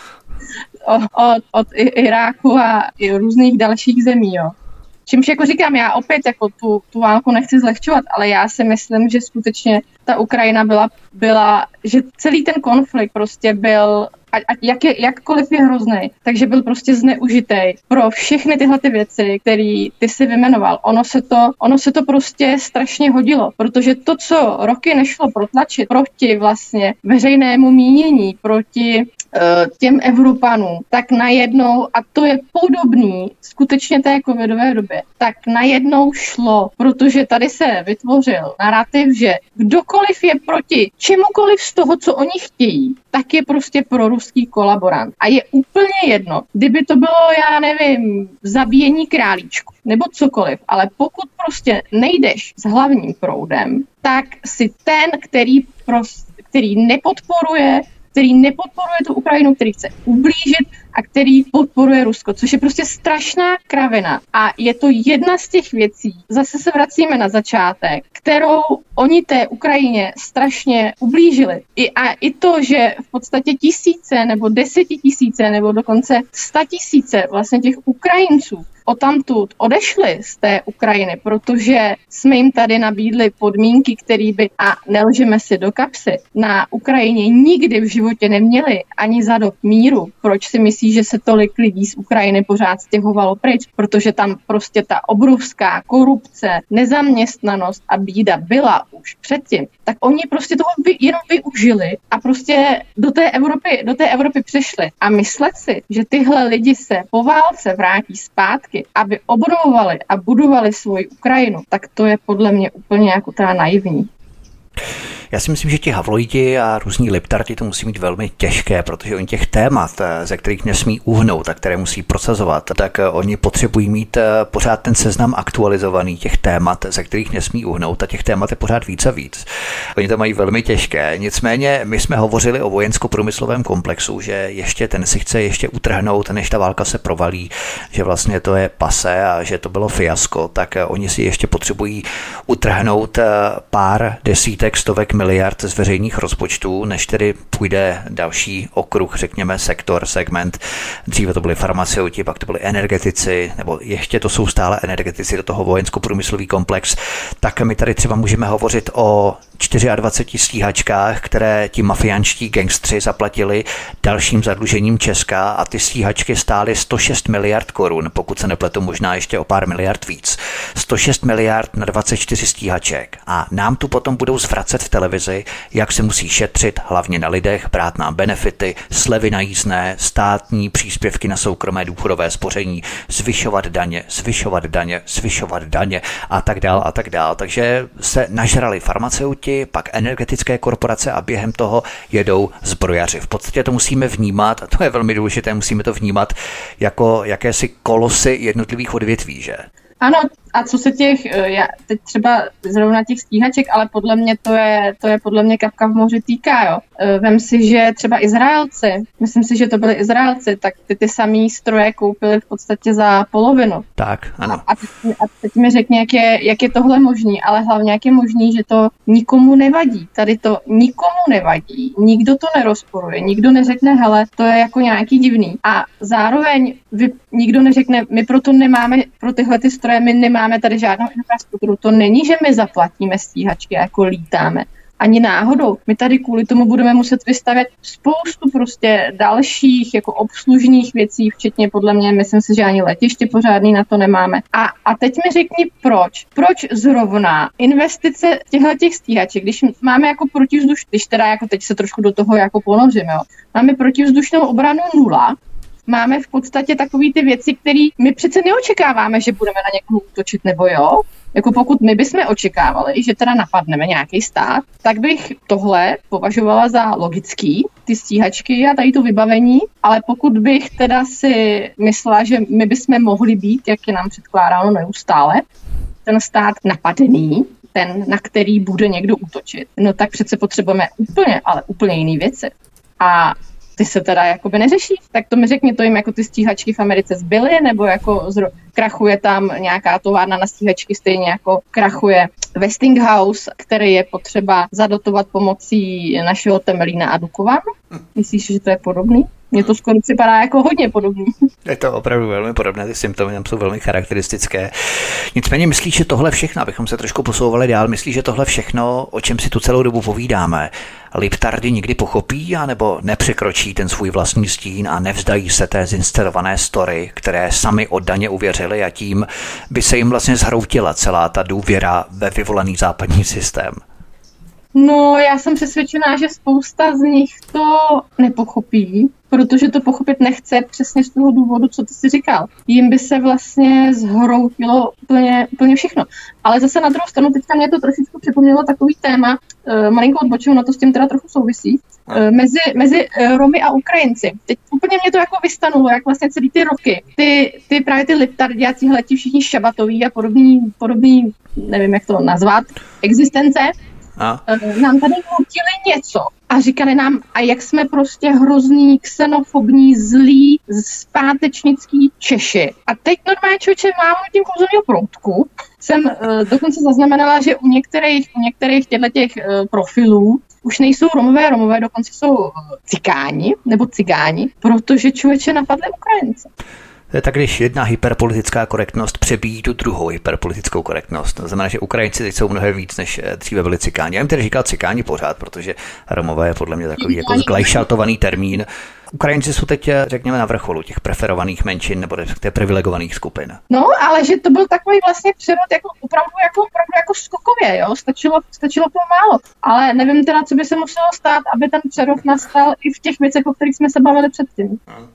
Od, od Iráku a i různých dalších zemí, jo. Čímž jako říkám, já opět jako tu, tu válku nechci zlehčovat, ale já si myslím, že skutečně ta Ukrajina byla, byla, že celý ten konflikt prostě byl ať, ať jak je, jakkoliv je hrozný, takže byl prostě zneužitý pro všechny tyhle ty věci, které ty si vymenoval. Ono se to, ono se to prostě strašně hodilo, protože to, co roky nešlo protlačit proti vlastně veřejnému mínění, proti těm Evropanům, tak najednou, a to je podobný skutečně té covidové době, tak najednou šlo, protože tady se vytvořil narrativ, že kdokoliv je proti čemukoliv z toho, co oni chtějí, tak je prostě proruský kolaborant. A je úplně jedno, kdyby to bylo, já nevím, zabíjení králíčku, nebo cokoliv, ale pokud prostě nejdeš s hlavním proudem, tak si ten, který, prostě, který nepodporuje který nepodporuje tu Ukrajinu, který chce ublížit a který podporuje Rusko, což je prostě strašná kravina. A je to jedna z těch věcí, zase se vracíme na začátek, kterou oni té Ukrajině strašně ublížili. I, a i to, že v podstatě tisíce nebo desetitisíce nebo dokonce statisíce vlastně těch Ukrajinců odtamtud odešli z té Ukrajiny, protože jsme jim tady nabídli podmínky, které by, a nelžeme si do kapsy, na Ukrajině nikdy v životě neměli ani za dob míru. Proč si myslí, že se tolik lidí z Ukrajiny pořád stěhovalo pryč? Protože tam prostě ta obrovská korupce, nezaměstnanost a bída byla už předtím. Tak oni prostě toho vy, jenom využili a prostě do té Evropy, do té Evropy přišli. A myslet si, že tyhle lidi se po válce vrátí zpátky, aby obnovovali a budovali svoji Ukrajinu, tak to je podle mě úplně jako teda naivní. Já si myslím, že ti havloidi a různí liptarti to musí mít velmi těžké, protože oni těch témat, ze kterých nesmí uhnout a které musí prosazovat, tak oni potřebují mít pořád ten seznam aktualizovaný těch témat, ze kterých nesmí uhnout, a těch témat je pořád víc a víc. Oni to mají velmi těžké. Nicméně my jsme hovořili o vojensko-průmyslovém komplexu, že ještě ten si chce ještě utrhnout, než ta válka se provalí, že vlastně to je pase a že to bylo fiasko, tak oni si ještě potřebují utrhnout pár desítek, stovek miliard z veřejných rozpočtů, než tedy půjde další okruh, řekněme sektor, segment. Dříve to byly farmaceuti, pak to byly energetici, nebo ještě to jsou stále energetici do toho vojensko-průmyslový komplex. Tak my tady třeba můžeme hovořit o dvaceti čtyřech stíhačkách, které ti mafiánští gangstři zaplatili dalším zadlužením Česka, a ty stíhačky stály sto šest miliard korun, pokud se nepletu, možná ještě o pár miliard víc. sto šest miliard na dvacet čtyři stíhaček. A nám tu potom budou zvracet v televizi, jak se musí šetřit, hlavně na lidech, brát nám benefity, slevy na jízdné, státní příspěvky na soukromé důchodové spoření, zvyšovat daně, zvyšovat daně, zvyšovat daně a tak dál a tak dál. Takže se nažrali farmaceuti, pak energetické korporace a během toho jedou zbrojaři. V podstatě to musíme vnímat, a to je velmi důležité, musíme to vnímat jako jakési kolosy jednotlivých odvětví, že? Ano, a co se těch, já teď třeba zrovna těch stíhaček, ale podle mě to je, to je podle mě kapka v moři týká, jo. Vem si, že třeba Izraelci, myslím si, že to byli Izraelci, tak ty ty samý stroje koupili v podstatě za polovinu. Tak, ano. A teď, a teď mi řekni, jak je, jak je tohle možný, ale hlavně jak je možný, že to nikomu nevadí. Tady to nikomu nevadí, nikdo to nerozporuje, nikdo neřekne, hele, to je jako nějaký divný. A zároveň vy, nikdo neřekne, my proto nemáme, pro tyhle ty stroje, my nemáme tady žádnou infrastrukturu. To není, že my zaplatíme stíhačky a jako lítáme. Ani náhodou. My tady kvůli tomu budeme muset vystavět spoustu prostě dalších jako obslužných věcí, včetně podle mě, myslím si, že ani letiště pořádný na to nemáme. A, a teď mi řekni proč. Proč zrovna investice těchto těch stíhaček, když máme jako protivzdušnou, když teda jako teď se trošku do toho jako ponořím, jo. Máme protivzdušnou obranu nula, máme v podstatě takové ty věci, které my přece neočekáváme, že budeme na někoho útočit, nebo jo. Jako pokud my bychom očekávali, že teda napadneme nějaký stát, tak bych tohle považovala za logický, ty stíhačky a tady to vybavení, ale pokud bych teda si myslela, že my bychom mohli být, jak je nám předkládáno neustále, ten stát napadený, ten, na který bude někdo útočit, no tak přece potřebujeme úplně, ale úplně jiný věci. A ty se teda jakoby neřeší, tak to mi řekni, to jim jako ty stíhačky v Americe zbyly, nebo jako zro... krachuje tam nějaká továrna na stíhačky, stejně jako krachuje Westinghouse, který je potřeba zadotovat pomocí našeho Temelína a Dukovan. Myslíš, že to je podobný? Mně to skoro připadá jako hodně podobný. Je to opravdu velmi podobné, ty symptomy tam jsou velmi charakteristické. Nicméně myslíš, že tohle všechno, abychom se trošku posouvali dál, myslíš, že tohle všechno, o čem si tu celou dobu povídáme, liptardi nikdy pochopí, anebo nepřekročí ten svůj vlastní stín a nevzdají se té zinstalované story, které sami oddaně uvěřili a tím by se jim vlastně zhroutila celá ta důvěra ve vyvolaný západní systém? No, já jsem přesvědčená, že spousta z nich to nepochopí, protože to pochopit nechce přesně z toho důvodu, co ty jsi říkal. Jim by se vlastně zhroutilo úplně, úplně všechno. Ale zase na druhou stranu, teďka mě to trošičku připomnělo takový téma, uh, malinko odbočuju, na to s tím teda trochu souvisí, uh, mezi, mezi uh, Romy a Ukrajinci. Teď úplně mě to jako vystanulo, jak vlastně celý ty roky, ty, ty právě ty liptardiáci, ti všichni šabatoví a podobný, podobný, nevím jak to nazvat, existence, a? nám tady nutili něco a říkali nám, a jak jsme prostě hrozný, xenofobní, zlí, zpátečnický Češi. A teď normálně člověče mám tím kouzelného proutku. Jsem uh, dokonce zaznamenala, že u některých, u některých těchto uh, profilů už nejsou Romové, Romové dokonce jsou uh, cikáni, nebo cigáni, protože člověče napadli Ukrajince. To je tak, když jedna hyperpolitická korektnost přebíjí tu druhou hyperpolitickou korektnost. To znamená, že Ukrajinci teď jsou mnohem víc, než dříve byli cikáni. Já jim tedy říkal cikáni pořád, protože Romové je podle mě takový jako zglajšaltovaný termín. Ukrajinci jsou teď, řekněme, na vrcholu těch preferovaných menšin nebo těch privilegovaných skupin. No, ale že to byl takový vlastně přerod jako opravdu jako, opravdu jako skokově, jo? Stačilo, stačilo to málo. Ale nevím teda, co by se muselo stát, aby ten přerod nastal i v těch věcech, o kterých jsme se bavili předtím. Hmm.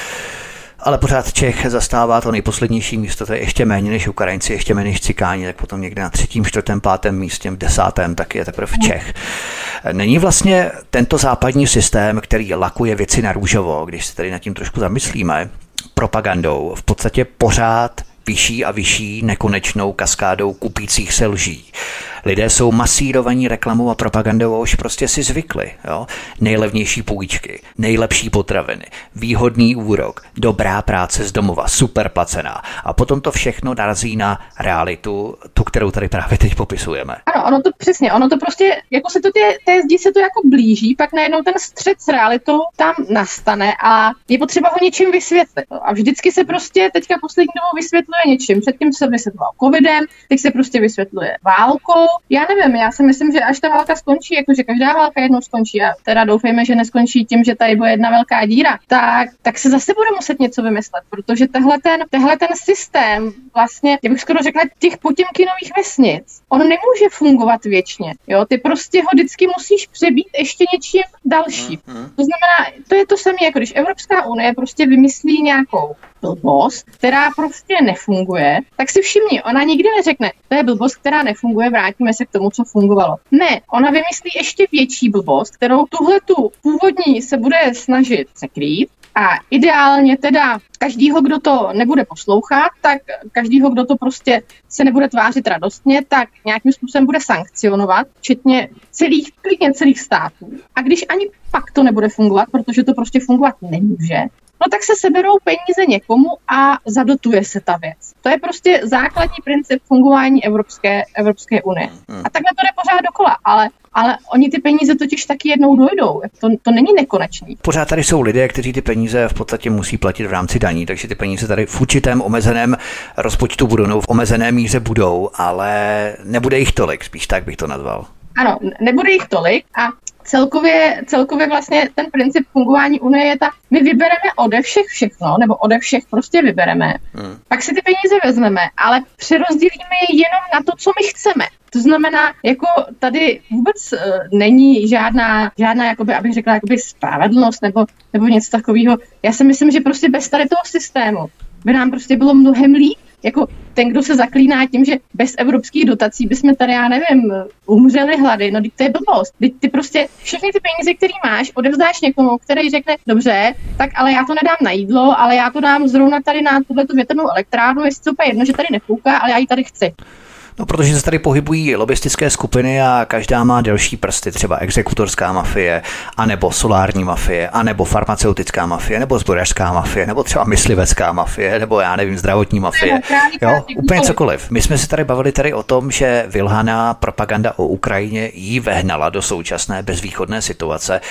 Ale pořád Čech zastává to nejposlednější místo, to je ještě méně než Ukrajinci, ještě méně než cikáni, tak potom někde na třetím, čtvrtém, pátém místě, v desátém, tak je teprve Čech. Není vlastně tento západní systém, který lakuje věci na růžovo, když se tady nad tím trošku zamyslíme, propagandou, v podstatě pořád vyšší a vyšší nekonečnou kaskádou kupících se lží. Lidé jsou masírovaní reklamou a propagandou a už prostě si zvykli. Jo? Nejlevnější půjčky, nejlepší potraviny, výhodný úrok, dobrá práce z domova, super placená. A potom to všechno narazí na realitu, tu, kterou tady právě teď popisujeme. Ano, ono to přesně, ono to prostě, jako se to tě, té zdi se to jako blíží, pak najednou ten střet s realitou tam nastane a je potřeba ho něčím vysvětlit. A vždycky se prostě teďka poslední dobou vysvětluje něčím. Předtím se vysvětloval covidem, teď se prostě vysvětluje válkou. Já nevím, já si myslím, že až ta válka skončí, jakože každá válka jednou skončí a teda doufejme, že neskončí tím, že tady bude jedna velká díra, tak, tak se zase bude muset něco vymyslet, protože tehle ten, tehle ten systém vlastně, já bych skoro řekla, těch potěmkinových vesnic, on nemůže fungovat věčně, jo, ty prostě ho vždycky musíš přebít ještě něčím dalším. To znamená, to je to samé, jako když Evropská unie prostě vymyslí nějakou blbost, která prostě nefunguje, tak si všimni, ona nikdy neřekne, to je blbost, která nefunguje, vrátíme se k tomu, co fungovalo. Ne, ona vymyslí ještě větší blbost, kterou tuhletu původní se bude snažit zakrýt a ideálně teda každýho, kdo to nebude poslouchat, tak každýho, kdo to prostě se nebude tvářit radostně, tak nějakým způsobem bude sankcionovat, včetně celých, klidně celých států. A když ani pak to nebude fungovat, protože to prostě fungovat nemůže, no tak se seberou peníze někomu a zadotuje se ta věc. To je prostě základní princip fungování Evropské, Evropské unie. A takhle to jde pořád dokola, ale Ale oni ty peníze totiž taky jednou dojdou. To, to není nekonečný. Pořád tady jsou lidé, kteří ty peníze v podstatě musí platit v rámci daní, takže ty peníze tady v určitém omezeném rozpočtu budou, no v omezené míře budou, ale nebude jich tolik, spíš tak bych to nazval. Ano, nebude jich tolik a celkově, celkově vlastně ten princip fungování Unie je ta, my vybereme ode všech všechno, nebo ode všech prostě vybereme, hmm. pak si ty peníze vezmeme, ale přerozdělíme je jenom na to, co my chceme. To znamená, jako tady vůbec uh, není žádná, žádná, jakoby, abych řekla, jakoby spravedlnost nebo, nebo něco takového. Já si myslím, že prostě bez tady toho systému by nám prostě bylo mnohem líp. Jako ten, kdo se zaklíná tím, že bez evropských dotací bychom tady, já nevím, umřeli hlady, no to je blbost. Ty, ty prostě všechny ty peníze, které máš, odevzdáš někomu, který řekne, dobře, tak ale já to nedám na jídlo, ale já to dám zrovna tady na tuhletu větrnou elektrárnu, jestli to úplně jedno, že tady nefouká, ale já ji tady chci. No, protože se tady pohybují lobistické skupiny a každá má delší prsty, třeba exekutorská mafie, anebo solární mafie, anebo farmaceutická mafie, nebo zbrojařská mafie, nebo třeba myslivecká mafie, nebo já nevím, zdravotní mafie. Jo, úplně cokoliv. My jsme se tady bavili tady o tom, že vylhaná propaganda o Ukrajině jí vehnala do současné bezvýchodné situace.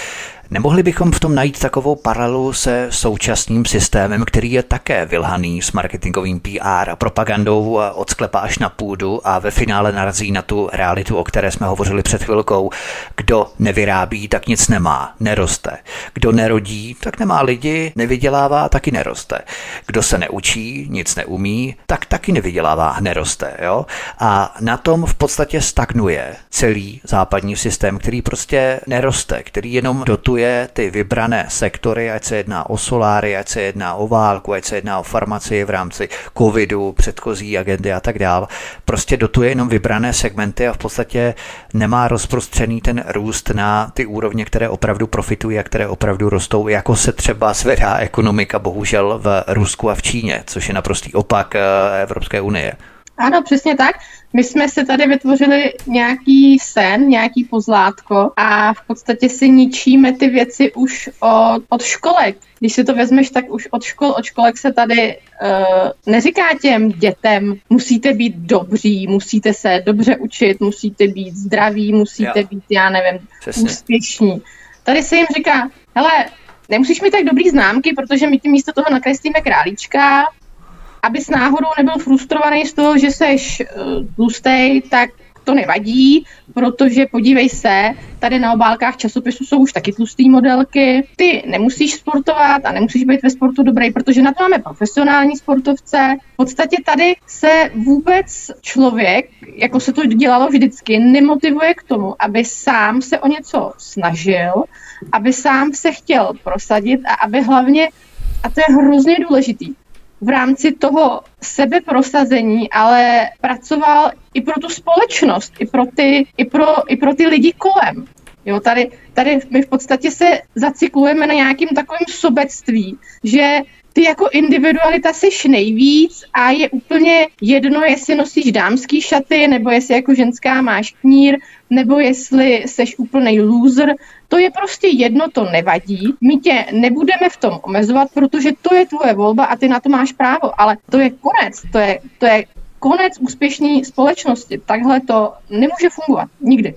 Nemohli bychom v tom najít takovou paralelu se současným systémem, který je také vylhaný s marketingovým P R a propagandou od sklepa až na půdu a ve finále narazí na tu realitu, o které jsme hovořili před chvilkou. Kdo nevyrábí, tak nic nemá, neroste. Kdo nerodí, tak nemá lidi, nevydělává, taky neroste. Kdo se neučí, nic neumí, tak taky nevydělává, neroste. Jo? A na tom v podstatě stagnuje celý západní systém, který prostě neroste, který jenom dotuje ty vybrané sektory, ať se jedná o soláry, ať se jedná o válku, ať se jedná o farmacii v rámci covidu, předchozí agendy a tak dál. Prostě dotuje jenom vybrané segmenty a v podstatě nemá rozprostřený ten růst na ty úrovně, které opravdu profitují a které opravdu rostou, jako se třeba zvedá ekonomika bohužel v Rusku a v Číně, což je naprostý opak Evropské unie. Ano, přesně tak. My jsme se tady vytvořili nějaký sen, nějaký pozlátko a v podstatě si ničíme ty věci už od, od školek. Když si to vezmeš, tak už od škol, od školek se tady uh, neříká těm dětem, musíte být dobří, musíte se dobře učit, musíte být zdraví, musíte jo. být, já nevím, Přesně. úspěšní. Tady se jim říká, hele, nemusíš mít tak dobrý známky, protože my ti místo toho nakreslíme králíčka, abys náhodou nebyl frustrovaný z toho, že seš uh, tlustej, tak to nevadí, protože podívej se, tady na obálkách časopisu jsou už taky tlustý modelky. Ty nemusíš sportovat a nemusíš být ve sportu dobrý, protože na to máme profesionální sportovce. V podstatě tady se vůbec člověk, jako se to dělalo vždycky, nemotivuje k tomu, aby sám se o něco snažil, aby sám se chtěl prosadit a aby hlavně, a to je hrozně důležitý, v rámci toho sebeprosazení, ale pracoval i pro tu společnost, i pro ty, i pro, i pro ty lidi kolem. Jo, tady, tady my v podstatě se zacyklujeme na nějakým takovým sobectví, že ty jako individualita seš nejvíc a je úplně jedno, jestli nosíš dámský šaty, nebo jestli jako ženská máš knír, nebo jestli seš úplnej loser. To je prostě jedno, to nevadí. My tě nebudeme v tom omezovat, protože to je tvoje volba a ty na to máš právo, ale to je konec, to je, to je konec úspěšné společnosti. Takhle to nemůže fungovat, nikdy.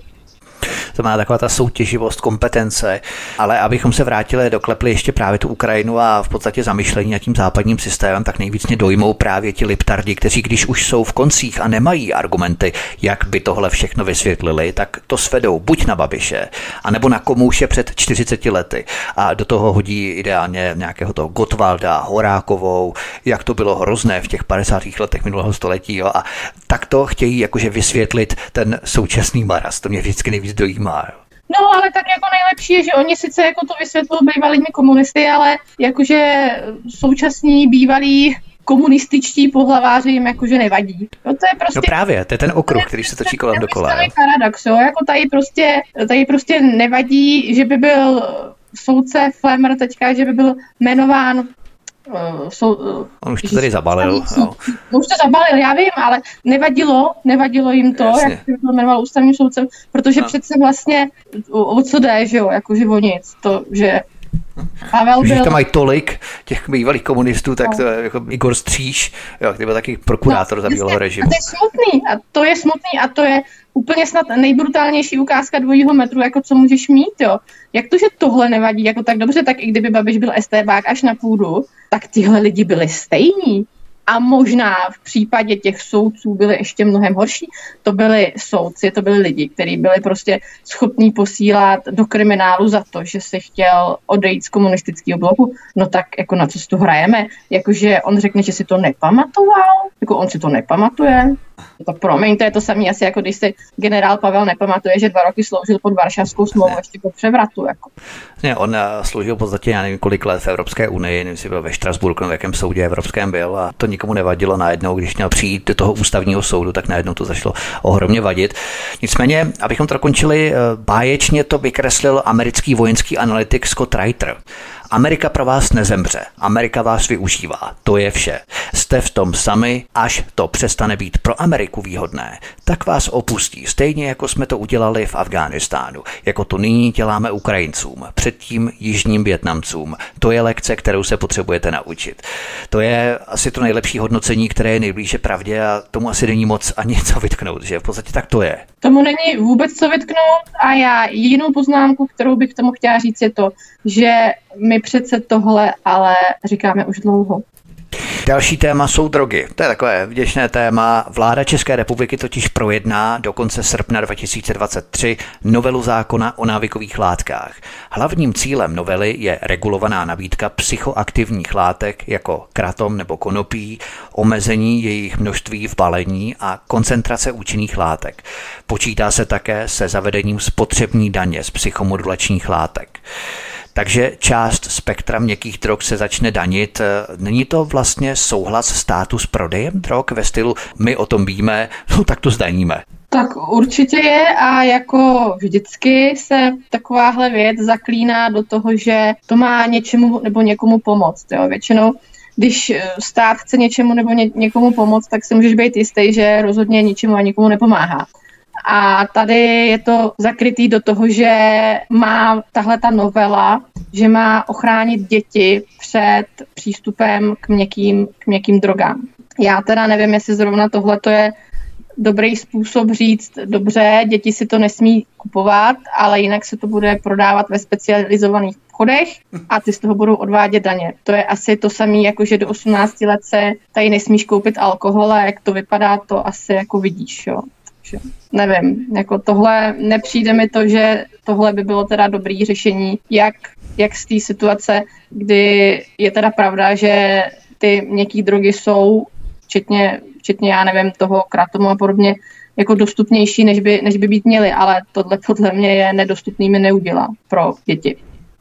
To má taková ta soutěživost, kompetence, ale abychom se vrátili, doklepli ještě právě tu Ukrajinu a v podstatě zamyšlení nad tím západním systémem, tak nejvíc mě dojmou právě ti liptardi, kteří když už jsou v koncích a nemají argumenty, jak by tohle všechno vysvětlili, tak to svedou buď na Babiše, anebo na Komouše před čtyřiceti lety a do toho hodí ideálně nějakého toho Gottwalda, Horákovou, jak to bylo hrozné v těch padesátých letech minulého století, jo, a tak to chtějí jakože vysvětlit ten současný maraz. To mě vždycky nejvíc dojímá. Jo. No, ale tak jako nejlepší je, že oni sice jako to vysvětlují bývalými komunisty, ale jakože současní bývalí komunističtí pohlaváři jim jakože nevadí. No, to je prostě... No právě, to je ten okruh, který se točí kolem dokola. To je paradox, jo, jako tady prostě, tady prostě nevadí, že by byl soudce Flemmer teďka, že by byl jmenován Uh, jsou, uh, On už to tady zabalil. No. Už to zabalil, já vím, ale nevadilo, nevadilo jim to, Jasně. jak se to jmenoval ústavním soudcem, protože no. přece vlastně o, o co jde, že jo, jakože o nic, to, že Pavel byl... Když tam mají tolik těch bývalých komunistů, tak no. to je jako Igor Stříž, jo, který byl taky prokurátor no, za bývalého režimu. A to je smutný, a to je smutný, a to je úplně snad nejbrutálnější ukázka dvojího metru, jako co můžeš mít, jo. Jak to, že tohle nevadí, jako tak dobře, tak i kdyby Babiš byl estébák až na půdu, tak tyhle lidi byli stejní. A možná v případě těch soudců byli ještě mnohem horší. To byli soudci, to byli lidi, kteří byli prostě schopní posílat do kriminálu za to, že si chtěl odejít z komunistického bloku. No tak jako na co si tu hrajeme? Jakože on řekne, že si to nepamatoval? Jako on si to nepamatuje? To promiň, to je to samé asi, jako když si generál Pavel nepamatuje, že dva roky sloužil pod Varšavskou smlouvu ještě po převratu. Jako. Ne, on sloužil v podstatě, já nevím, kolik let v Evropské unii, nevím, jestli byl ve Štrasburku, v jakém soudě evropském byl a to nikomu nevadilo najednou, když měl přijít do toho ústavního soudu, tak najednou to začalo ohromně vadit. Nicméně, abychom to dokončili, báječně to vykreslil americký vojenský analytik Scott Reiter. Amerika pro vás nezemře, Amerika vás využívá, to je vše. Jste v tom sami, až to přestane být pro Ameriku výhodné, tak vás opustí, stejně jako jsme to udělali v Afghánistánu, jako to nyní děláme Ukrajincům, předtím jižním Vietnamcům. To je lekce, kterou se potřebujete naučit. To je asi to nejlepší hodnocení, které je nejblíže pravdě a tomu asi není moc ani co vytknout, že v podstatě tak to je. Tomu není vůbec co vytknout a já jedinou poznámku, kterou bych k tomu chtěla říct, je to, že my přece tohle ale říkáme už dlouho. Další téma jsou drogy. To je takové vděčné téma. Vláda České republiky totiž projedná do konce srpna dva tisíce dvacet tři novelu zákona o návykových látkách. Hlavním cílem novely je regulovaná nabídka psychoaktivních látek jako kratom nebo konopí, omezení jejich množství v balení a koncentrace účinných látek. Počítá se také se zavedením spotřební daně z psychomodulačních látek. Takže část spektra měkkých drog se začne danit. Není to vlastně souhlas státu s prodejem drog ve stylu my o tom víme, no tak to zdaníme? Tak určitě je a jako vždycky se takováhle věc zaklíná do toho, že to má něčemu nebo někomu pomoct. Jo. Většinou, když stát chce něčemu nebo ně, někomu pomoct, tak si můžeš být jistý, že rozhodně ničemu a nikomu nepomáhá. A tady je to zakrytý do toho, že má tahle ta novela, že má ochránit děti před přístupem k měkkým, k měkkým drogám. Já teda nevím, jestli zrovna tohle to je dobrý způsob říct, dobře, děti si to nesmí kupovat, ale jinak se to bude prodávat ve specializovaných obchodech a ty z toho budou odvádět daně. To je asi to samé, jako že do osmnácti let se tady nesmíš koupit alkohol a jak to vypadá, to asi jako vidíš, jo. Nevím, jako tohle nepřijde mi to, že tohle by bylo teda dobrý řešení, jak, jak z té situace, kdy je teda pravda, že ty měkké drogy jsou, včetně, včetně já nevím, toho kratomu a podobně, jako dostupnější, než by, než by být měly, ale tohle podle mě je nedostupný, mi neudělá pro děti.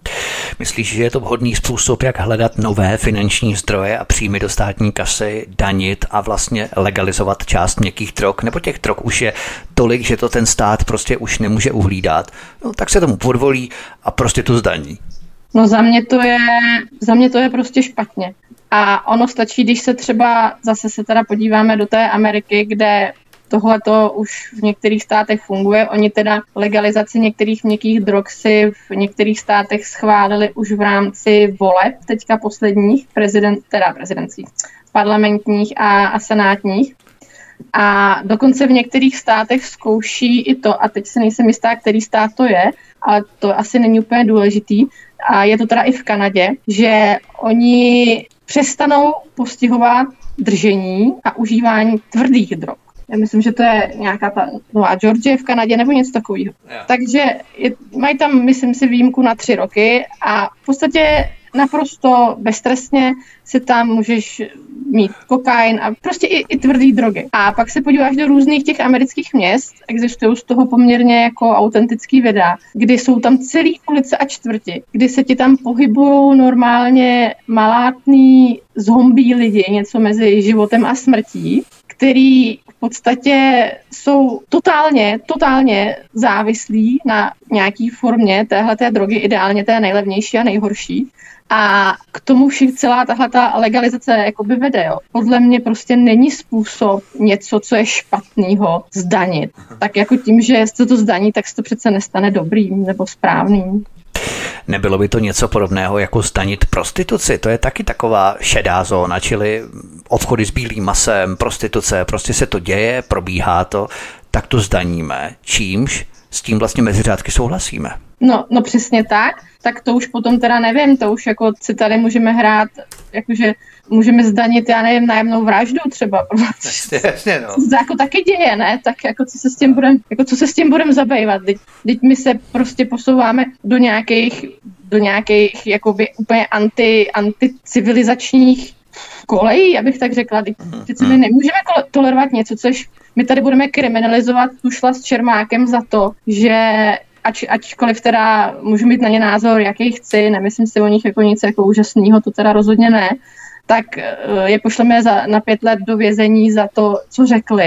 Myslíš, že je to vhodný způsob, jak hledat nové finanční zdroje a příjmy do státní kasy, danit a vlastně legalizovat část měkkých drog? Nebo těch drog už je tolik, že to ten stát prostě už nemůže uhlídat? No tak se tomu podvolí a prostě to zdaní. No za mě to je, za mě to je prostě špatně. A ono stačí, když se třeba zase se teda podíváme do té Ameriky, kde tohle to už v některých státech funguje. Oni teda legalizaci některých měkkých drog si v některých státech schválili už v rámci voleb, teďka posledních, prezident, teda prezidentských, parlamentních a, a senátních. A dokonce v některých státech zkouší i to, a teď se nejsem jistá, který stát to je, ale to asi není úplně důležitý, a je to teda i v Kanadě, že oni přestanou postihovat držení a užívání tvrdých drog. Já myslím, že to je nějaká ta Nová Georgie v Kanadě nebo něco takového. Yeah. Takže je, mají tam, myslím si, výjimku na tři roky a v podstatě naprosto beztrestně si tam můžeš mít kokain a prostě i, i tvrdý drogy. A pak se podíváš do různých těch amerických měst, existují z toho poměrně jako autentický videa, kdy jsou tam celý ulice a čtvrti, kdy se ti tam pohybují normálně malátný zombie lidi, něco mezi životem a smrtí, který v podstatě jsou totálně, totálně závislí na nějaký formě téhleté drogy, ideálně té nejlevnější a nejhorší. A k tomu všich celá tahleta legalizace jakoby vede. Jo. Podle mě prostě není způsob něco, co je špatného, zdanit. Tak jako tím, že se to zdaní, tak se to přece nestane dobrým nebo správným. Nebylo by to něco podobného jako zdanit prostituci? To je taky taková šedá zóna, čili obchody s bílým masem, prostituce, prostě se to děje, probíhá to, tak to zdaníme, čímž s tím vlastně mezi řádky souhlasíme. No, no přesně tak, tak to už potom teda nevím, to už jako si tady můžeme hrát, jakože můžeme zdanit, já nevím, nájemnou vraždu třeba. Jasně, no. To jako taky děje, ne? Tak jako co se s tím budeme, jako co se s tím budeme zabývat? Teď, teď my se prostě posouváme do nějakých, do nějakých jakoby úplně anti, anticivilizačních kolejí, abych tak řekla. Teď přece my nemůžeme tolerovat něco, což my tady budeme kriminalizovat Tušla s Čermákem za to, že Ač, ačkoliv teda můžu mít na ně názor, jaký chci, nemyslím si o nich jako nic jako úžasného, to teda rozhodně ne, tak je pošleme za, na pět let do vězení za to, co řekli.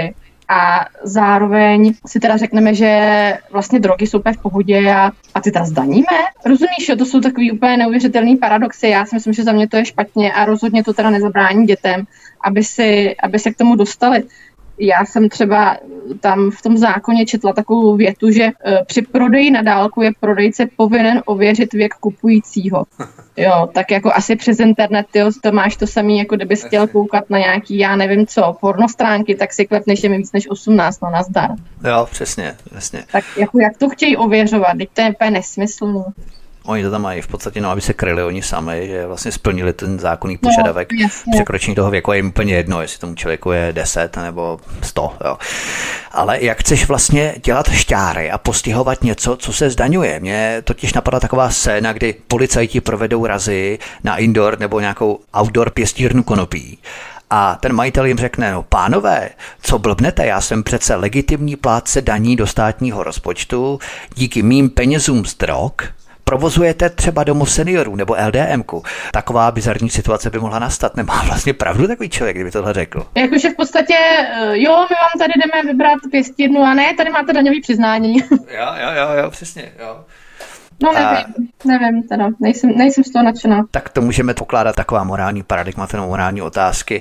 a zároveň si teda řekneme, že vlastně drogy jsou úplně v pohodě a, a ty teda zdaníme? Rozumíš, jo, to jsou takový úplně neuvěřitelný paradoxy. Já si myslím, že za mě to je špatně a rozhodně to teda nezabrání dětem, aby, si, aby se k tomu dostali. Já jsem třeba tam v tom zákoně četla takovou větu, že při prodeji na dálku je prodejce povinen ověřit věk kupujícího. Jo, tak jako asi přes internet, jo, to máš to samý, jako kdybys chtěl koukat na nějaký, já nevím co, pornostránky, tak si klepneš, že mi víc než osmnáct, no nazdar. Jo, přesně, přesně. Tak jako jak to chtějí ověřovat, teď to je úplně nesmyslný. Oni to tam mají v podstatě, no, aby se kryli oni sami, že vlastně splnili ten zákonný požadavek no, překročení toho věku, je jim úplně jedno, jestli tomu člověku je deset nebo sto. Jo. Ale jak chceš vlastně dělat šťáry a postihovat něco, co se zdaňuje? Mně totiž napadla taková scéna, kdy policajti provedou razy na indoor nebo nějakou outdoor pěstírnu konopí. A ten majitel jim řekne, no pánové, co blbnete, já jsem přece legitimní plátce daní do státního rozpočtu, díky mým penězům z drog provozujete třeba domov seniorů nebo el dé emku. Taková bizarní situace by mohla nastat. Nemá vlastně pravdu takový člověk, kdyby tohle řekl. Jakože v podstatě, jo, my vám tady jdeme vybrat pěstírnu a ne, tady máte daňový přiznání. Jo, jo, jo, jo, přesně, jo. No nevím, a... nevím teda, nejsem, nejsem z toho nadšená. Tak to můžeme pokládat taková morální paradigmata nebo morální otázky.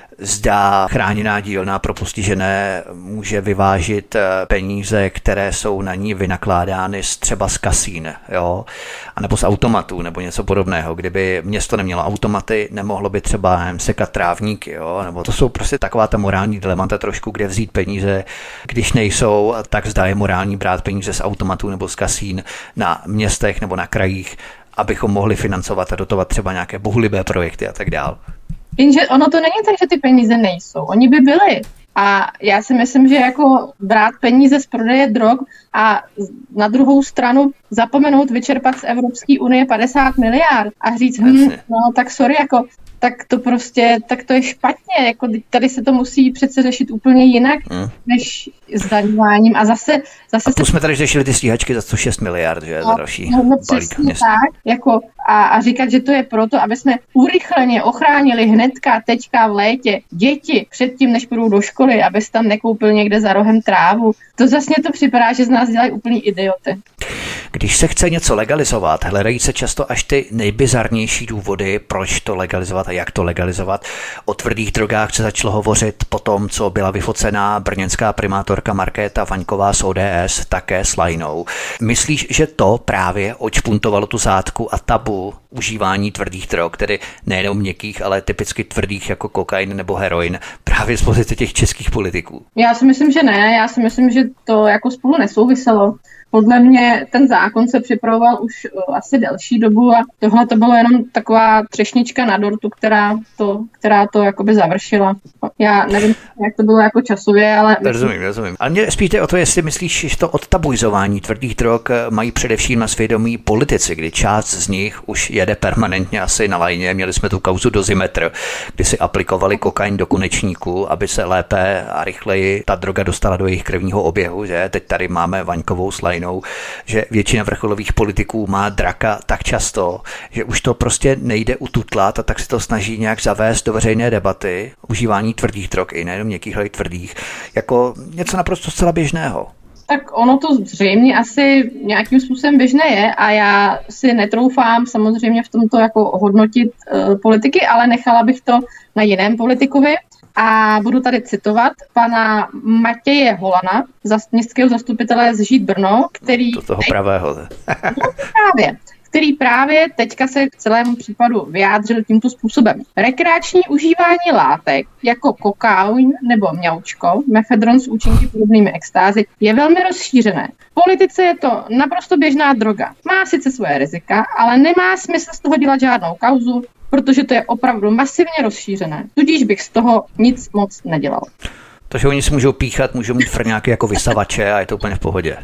Zda chráněná dílna pro postižené může vyvážit peníze, které jsou na ní vynakládány třeba z kasín, jo, anebo z automatů, nebo něco podobného. Kdyby město nemělo automaty, nemohlo by třeba nevím, sekat trávníky, jo, nebo to jsou prostě taková ta morální dilemata trošku, kde vzít peníze, když nejsou, tak zda je morální brát peníze z automatů nebo z kasín na městech nebo na krajích, abychom mohli financovat a dotovat třeba nějaké bohulibé projekty a tak dál. Jenže ono to není tak, že ty peníze nejsou. Oni by byly. A já si myslím, že jako brát peníze z prodeje drog a na druhou stranu zapomenout vyčerpat z Evropské unie padesát miliard a říct, hm, no tak sorry, jako tak to prostě, tak to je špatně, jako tady se to musí přece řešit úplně jinak, hmm. než zdaňováním a zase... zase a plus se... jsme tady řešili ty stíhačky za sto šest miliard, že, no, za další no, no, balík měst. Tak, jako a, a říkat, že to je proto, aby jsme urychleně ochránili hnedka, teďka v létě děti předtím, než půjdou do školy, aby se tam nekoupil někde za rohem trávu. To zase to připadá, že z nás dělají úplný idioty. Když se chce něco legalizovat, hledají se často až ty nejbizarnější důvody, proč to legalizovat a jak to legalizovat. O tvrdých drogách se začalo hovořit po tom, co byla vyfocená brněnská primátorka Markéta Vaňková z ó dé es, také s lajnou. Myslíš, že to právě odšpuntovalo tu sádku a tabu užívání tvrdých drog, tedy nejenom měkkých, ale typicky tvrdých jako kokain nebo heroin, právě z pozice těch českých politiků? Já si myslím, že ne. Já si myslím, že to jako spolu nesouviselo. Podle mě ten zákon se připravoval už uh, asi delší dobu a tohle to bylo jenom taková třešnička na dortu, která to, která to jakoby završila. Já nevím, jak to bylo jako časově, ale... Rozumím, rozumím. Ale mě spíš o to, jestli myslíš, že to odtabuizování tvrdých drog mají především na svědomí politici, kdy část z nich už jede permanentně asi na lajně. Měli jsme tu kauzu Dozimetr, kdy si aplikovali kokain do konečníku, aby se lépe a rychleji ta droga dostala do jejich krevního oběhu, že? Teď tady máme Vaňkovou s lajnou, že většina vrcholových politiků má draka tak často, že už to prostě nejde ututlat a tak si to snaží nějak zavést do veřejné debaty, užívání tvrdých drog, i nejenom měkkých, ale i tvrdých, jako něco naprosto zcela běžného. Tak ono to zřejmě asi nějakým způsobem běžné je a já si netroufám samozřejmě v tomto jako hodnotit uh, politiky, ale nechala bych to na jiném politikovi. A budu tady citovat pana Matěje Holana, městského zastupitele z Žít Brno, který... To toho pravého. no, právě, který právě teďka se k celému případu vyjádřil tímto způsobem. Rekreační užívání látek jako kokain nebo mňaučko, mefedron s účinky podobnými extázy, je velmi rozšířené. V politice je to naprosto běžná droga. Má sice svoje rizika, ale nemá smysl z toho dělat žádnou kauzu, protože to je opravdu masivně rozšířené. Tudíž bych z toho nic moc nedělal. Takže oni si můžou píchat, můžou mít frňáky jako vysavače a je to úplně v pohodě.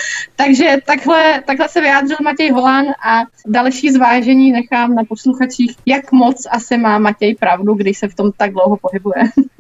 Takže takhle, takhle se vyjádřil Matěj Holan a další zvážení nechám na posluchačích, jak moc asi má Matěj pravdu, když se v tom tak dlouho pohybuje.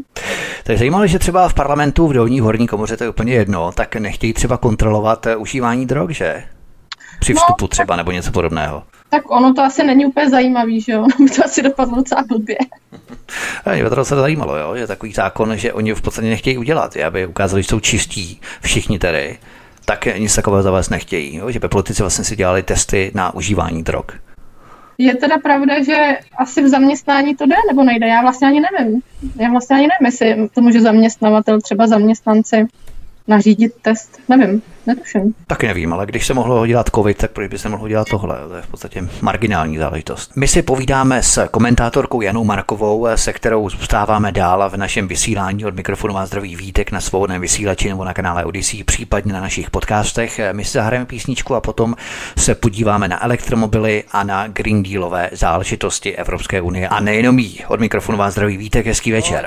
To je zajímavé, že třeba v parlamentu v dolní horní komoře, to je úplně jedno, tak nechtějí třeba kontrolovat užívání drog, že? při vstupu no, třeba nebo něco podobného. Tak ono to asi není úplně zajímavý, že jo? By to asi dopadlo docela blbě. Mě to se zajímalo, jo? Že takový zákon, že oni v podstatě nechtějí udělat, aby ukázali, že jsou čistí všichni tady, tak nic takového za vás nechtějí, jo? Že by politici vlastně si dělali testy na užívání drog. Je teda pravda, že asi v zaměstnání to jde nebo nejde, já vlastně ani nevím. Já vlastně ani nevím, jestli to může zaměstnavatel, třeba zaměstnanci nařídit test, nevím, netuším. Taky nevím, ale když se mohlo dělat covid, tak proč by se mohlo dělat tohle? To je v podstatě marginální záležitost. My si povídáme s komentátorkou Janou Markovou, se kterou zůstáváme dál v našem vysílání. Od mikrofonu vás zdraví Vítek na svobodném vysílači nebo na kanále Odyssey, případně na našich podcastech. My si zahrajeme písničku a potom se podíváme na elektromobily a na Green Dealové záležitosti Evropské unie. A nejenom jí. Od mikrofonu vás zdraví Vítek, hezký večer.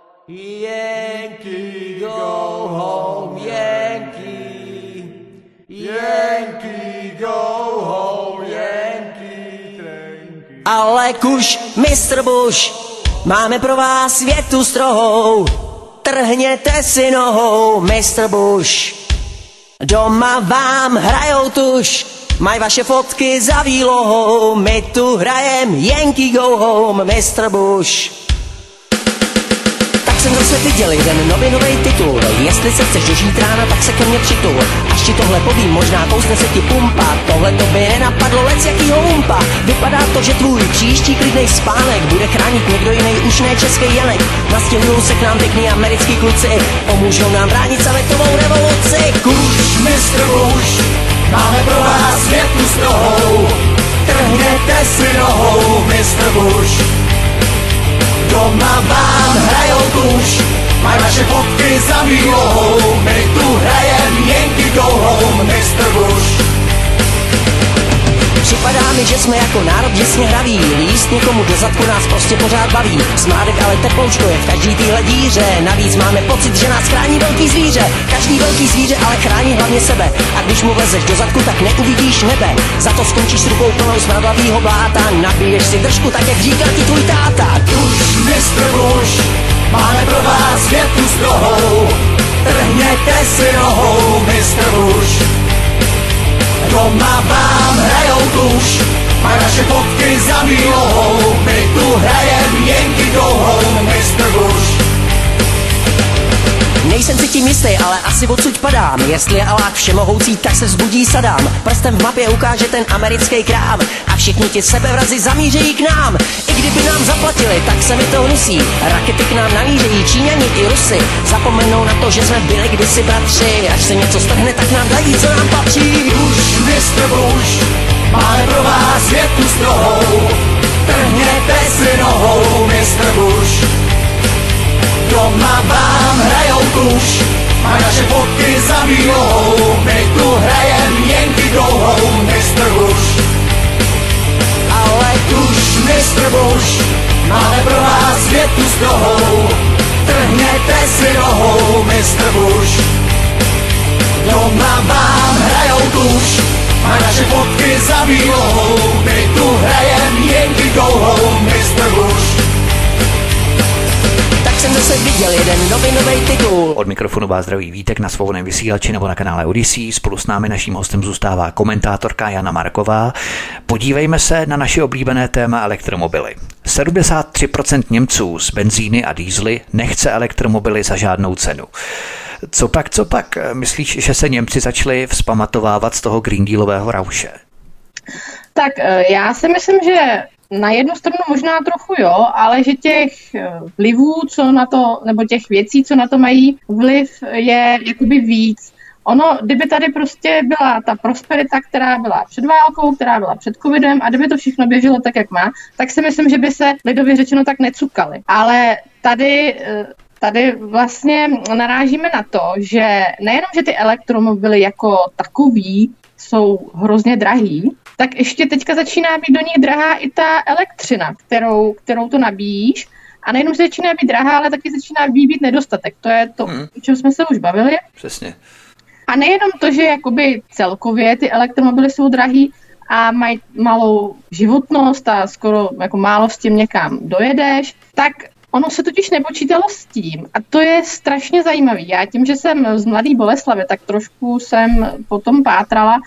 Yankee, go home, Yankee. Yankee, go home, Yankee, trainky. Ale kuš, mistr Bush, máme pro vás větu strohou. Trhněte si nohou, mistr Bush. Doma vám hrajou tuž, maj vaše fotky za výlohou. My tu hrajem Yankee, go home, mistr Bush. Jsem zase viděl jeden novinovej titul. Jestli se chceš dožít rána, tak se ke mně přitul. Až ti tohle povím, možná kousne se ti pumpa. Tohle to by nenapadlo lec jakýho umpa. Vypadá to, že tvůj příští klidnej spánek bude chránit někdo jiný, už ne český Janek. Nastěhujou se k nám pěkný americký kluci, pomůžou nám bránit sametovou revoluci. Kuš, mistr Bush, máme pro vás větu strohou. Trhněte si nohou, mistr Bush. Doma vám hrajou tuž, maj vaše fotky za výlohou. My tu hrajem Yankee, go home, mistr Bush. Připadá mi, že jsme jako národ děsně hraví. Líst někomu do zadku nás prostě pořád baví. Smádek ale teploučko je v každý týhle díře. Navíc máme pocit, že nás chrání velký zvíře. Každý velký zvíře ale chrání hlavně sebe. A když mu vlezeš do zadku, tak neuvidíš nebe. Za to skončíš s rukou plnou smradlavýho bláta. Nabiješ si držku, tak jak říkal ti tvůj táta. Tuž, mistr Bush, máme pro vás větu strohou. Trhněte si nohou, mistr Bush. Doma vám hrajou tuž, maj naše fotky za výlohou. My tu hrajem Yankee, go home, mistr Bush. Nejsem si tím jistý, ale asi odsud padám. Jestli je Alák všemohoucí, tak se vzbudí Sadám. Prstem v mapě ukáže ten americký krám a všichni ti sebevrazi zamířejí k nám. I kdyby nám zaplatili, tak se mi to hnusí. Rakety k nám namířejí Číňani i Rusy. Zapomenou na to, že jsme byli kdysi bratři. Až se něco strhne, tak nám dají, co nám patří. Už, mistr Bush, máme pro vás větu strohou. Trhněte si nohou, mistr Bush. Doma vám hrajou tuž, maj naše fotky za výlohou. My tu hrajem Yankee, go home, mistr Bush. Ale tuž, mistr Bush, máme pro vás větu strohou. Trhněte si nohou, mistr Bush. Doma vám hrajou tuž, maj naše fotky za výlohou. My tu hrajem Yankee, go home, mistr Bush. Jsem zase viděl jeden novinový titul. Od mikrofonu vás zdraví Vítek na svobodném vysílači nebo na kanále Odyssey. Spolu s námi naším hostem zůstává komentátorka Jana Marková. Podívejme se na naše oblíbené téma elektromobily. sedmdesát tři procent Němců z benzíny a dýzly nechce elektromobily za žádnou cenu. Co pak, co pak? Myslíš, že se Němci začali vzpamatovávat z toho Green Dealového rauše? Tak já si myslím, že na jednu stranu možná trochu jo, ale že těch vlivů, co na to, nebo těch věcí, co na to mají vliv, je jakoby víc. Ono, kdyby tady prostě byla ta prosperita, která byla před válkou, která byla před covidem a kdyby to všechno běželo tak, jak má, tak si myslím, že by se lidově řečeno tak necukali. Ale tady, tady vlastně narážíme na to, že nejenom, že ty elektromobily jako takový jsou hrozně drahý, tak ještě teďka začíná být do nich drahá i ta elektřina, kterou, kterou to nabíjíš. A nejenom se začíná být drahá, ale taky začíná být nedostatek. To je to, hmm. o čem jsme se už bavili. Přesně. A nejenom to, že jakoby celkově ty elektromobily jsou drahý a mají malou životnost a skoro jako málo s tím někam dojedeš, tak ono se totiž nepočítalo s tím. A to je strašně zajímavý. Já tím, že jsem z Mladé Boleslavi, tak trošku jsem potom pátrala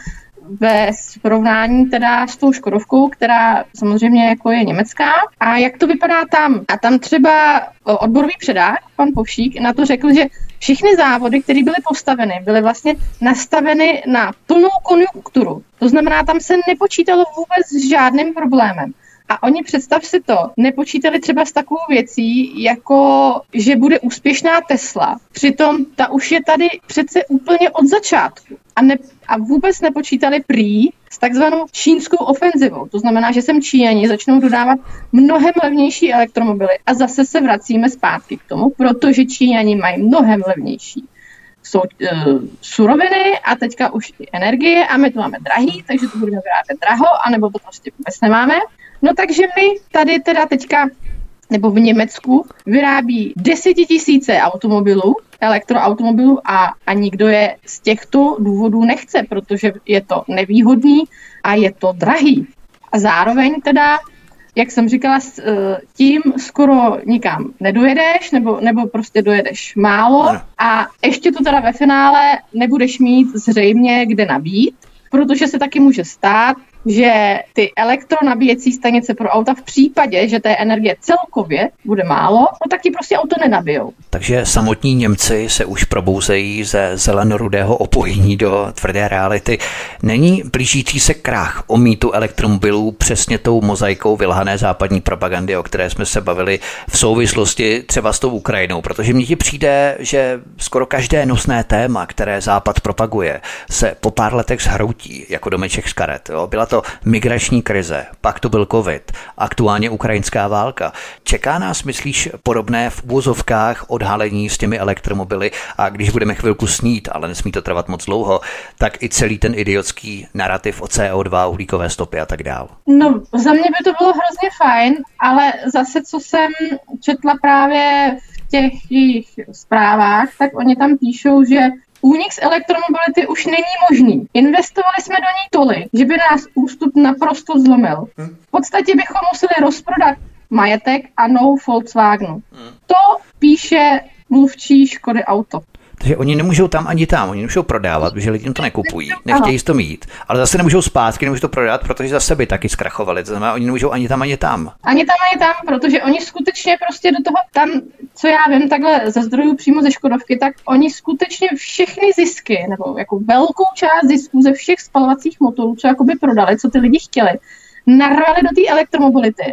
ve srovnání teda s tou Škodovkou, která samozřejmě jako je německá. A jak to vypadá tam? A tam třeba odborový předák, pan Povšík, na to řekl, že všechny závody, které byly postaveny, byly vlastně nastaveny na plnou konjunkturu. To znamená, tam se nepočítalo vůbec s žádným problémem. A oni, představ si to, nepočítali třeba s takovou věcí, jako že bude úspěšná Tesla. Přitom ta už je tady přece úplně od začátku. A, ne, a vůbec nepočítali prý s takzvanou čínskou ofenzivou. To znamená, že sem Číňani začnou dodávat mnohem levnější elektromobily. A zase se vracíme zpátky k tomu, protože Číňani mají mnohem levnější jsou uh, suroviny a teďka už i energie a my to máme drahý, takže to budeme vyrábět draho, anebo to prostě vůbec nemáme. No takže my tady teda teďka, nebo v Německu, vyrábí desetitisíce automobilů, elektroautomobilů a, a nikdo je z těchto důvodů nechce, protože je to nevýhodný a je to drahý. A zároveň teda, jak jsem říkala, s tím skoro nikam nedojedeš, nebo, nebo prostě dojedeš málo a ještě to teda ve finále nebudeš mít zřejmě kde nabít, protože se taky může stát, že ty elektronabíjecí stanice pro auta v případě, že té energie celkově bude málo, no tak ti prostě auto nenabijou. Takže samotní Němci se už probouzejí ze zelenorudého opojení do tvrdé reality. Není blížící se krach o mýtu elektromobilů přesně tou mozaikou vylhané západní propagandy, o které jsme se bavili v souvislosti třeba s tou Ukrajinou, protože mně ti přijde, že skoro každé nosné téma, které Západ propaguje, se po pár letech zhroutí jako domeček z karet. Jo? Byla to migrační krize, pak to byl covid, aktuálně ukrajinská válka. Čeká nás, myslíš, podobné v úvozovkách odhalení s těmi elektromobily a když budeme chvilku snít, ale nesmí to trvat moc dlouho, tak i celý ten idiotský narrativ o C O dva, uhlíkové stopy a tak dál? No, za mě by to bylo hrozně fajn, ale zase, co jsem četla právě v těch jejich zprávách, tak oni tam píšou, že únik z elektromobility už není možný. Investovali jsme do ní tolik, že by nás ústup naprosto zlomil. V podstatě bychom museli rozprodat majetek a no Volkswagenu. To píše mluvčí Škody Auto. Takže oni nemůžou tam ani tam, oni nemůžou prodávat, protože lidi to nekupují, nechtějí to mít, ale zase nemůžou zpátky, nemůžou to prodat, protože zase by taky zkrachovali, to znamená, oni nemůžou ani tam, ani tam. Ani tam, ani tam, protože oni skutečně prostě do toho, tam, co já vím, takhle ze zdrojů přímo ze Škodovky, tak oni skutečně všechny zisky, nebo jako velkou část zisků ze všech spalovacích motorů, co jakoby prodali, co ty lidi chtěli, narvali do té elektromobility.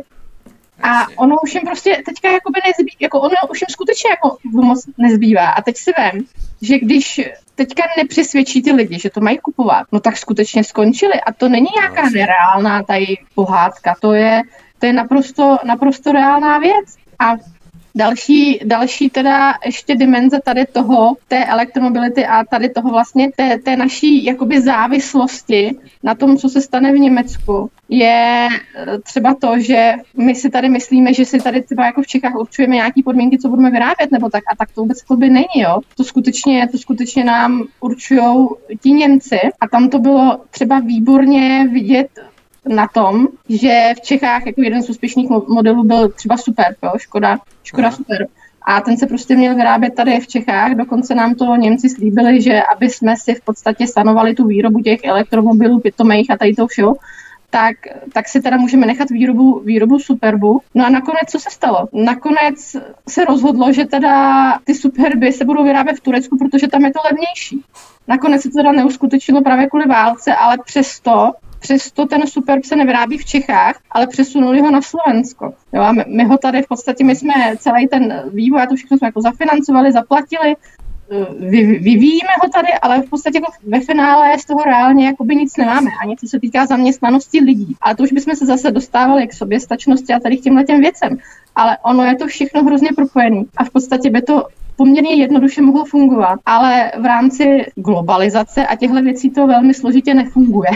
A ono už jim prostě teďka jakoby nezbývá, jako ono už jim skutečně jako moc nezbývá. A teď si vem, že když teďka nepřesvědčí ty lidi, že to mají kupovat, no tak skutečně skončili. A to není nějaká nereálná tady pohádka, to je, to je naprosto, naprosto reálná věc. A Další, další teda ještě dimenze tady toho, té elektromobility a tady toho vlastně té, té naší jakoby závislosti na tom, co se stane v Německu, je třeba to, že my si tady myslíme, že si tady třeba jako v Čechách určujeme nějaký podmínky, co budeme vyrábět, nebo tak, a tak to vůbec by není, jo. To skutečně, to skutečně nám určujou ti Němci a tam to bylo třeba výborně vidět na tom, že v Čechách jako jeden z úspěšných modelů byl třeba Superb, jo, Škoda, Škoda Superb. A ten se prostě měl vyrábět tady v Čechách, dokonce nám to Němci slíbili, že aby jsme si v podstatě stanovali tu výrobu těch elektromobilů, pitomejch a tady toho všeho, tak, tak si teda můžeme nechat výrobu, výrobu Superbu. No a nakonec co se stalo? Nakonec se rozhodlo, že teda ty Superby se budou vyrábět v Turecku, protože tam je to levnější. Nakonec se to teda neuskutečnilo právě kvůli válce, ale přesto Přesto ten Superb se nevyrábí v Čechách, ale přesunuli ho na Slovensko. Jo, a my, my ho tady v podstatě, my jsme celý ten vývoj a to všechno jsme jako zafinancovali, zaplatili, vy, vyvíjíme ho tady, ale v podstatě jako ve finále z toho reálně jakoby nic nemáme, ani co se týká zaměstnanosti lidí. Ale to už bychom se zase dostávali k soběstačnosti a tady k těmhletěm věcem. Ale ono je to všechno hrozně propojené a v podstatě by to poměrně jednoduše mohlo fungovat, ale v rámci globalizace a těchto věcí to velmi složitě nefunguje.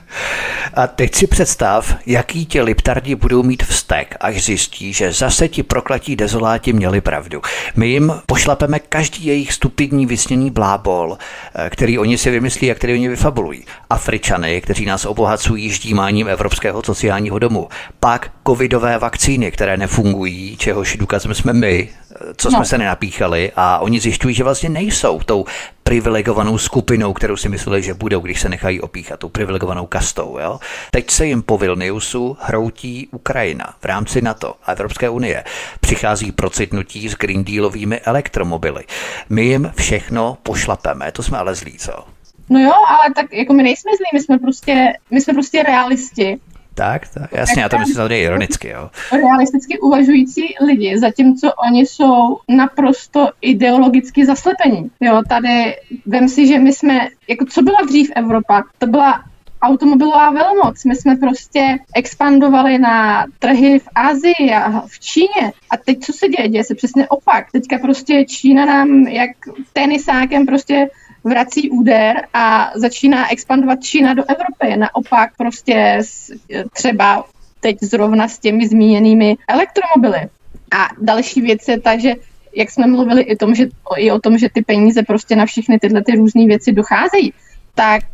A teď si představ, jaký ti liptardi budou mít vztek, až zjistí, že zase ti prokletí dezoláti měli pravdu. My jim pošlapeme každý jejich stupidní vysněný blábol, který oni si vymyslí a který oni vyfabulují. Afričany, kteří nás obohacují ždímáním Evropského sociálního domu. Pak covidové vakcíny, které nefungují, čehož důkazem jsme my, co jsme no. se nenapíchali, a oni zjišťují, že vlastně nejsou tou privilegovanou skupinou, kterou si mysleli, že budou, když se nechají opíchat, tou privilegovanou kastou. Jo? Teď se jim po Vilniusu hroutí Ukrajina v rámci NATO a Evropské unie. Přichází procitnutí s Green Dealovými elektromobily. My jim všechno pošlapeme, to jsme ale zlí, co? No jo, ale tak jako my nejsme zlí, my jsme prostě, my jsme prostě realisti. Tak, tak, jasně, já to myslím samozřejmě ironicky, jo. Realisticky uvažující lidi, zatímco oni jsou naprosto ideologicky zaslepení. Jo, tady vem si, že my jsme, jako co byla dřív Evropa, to byla automobilová velmoc. My jsme prostě expandovali na trhy v Asii a v Číně. A teď co se děje? Děje se přesně opak. Teďka prostě Čína nám jak tenisákem prostě vrací úder a začíná expandovat Čína do Evropy. Naopak prostě třeba teď zrovna s těmi zmíněnými elektromobily. A další věc je ta, že jak jsme mluvili i, tom, že, i o tom, že ty peníze prostě na všechny tyhle ty různé věci docházejí, tak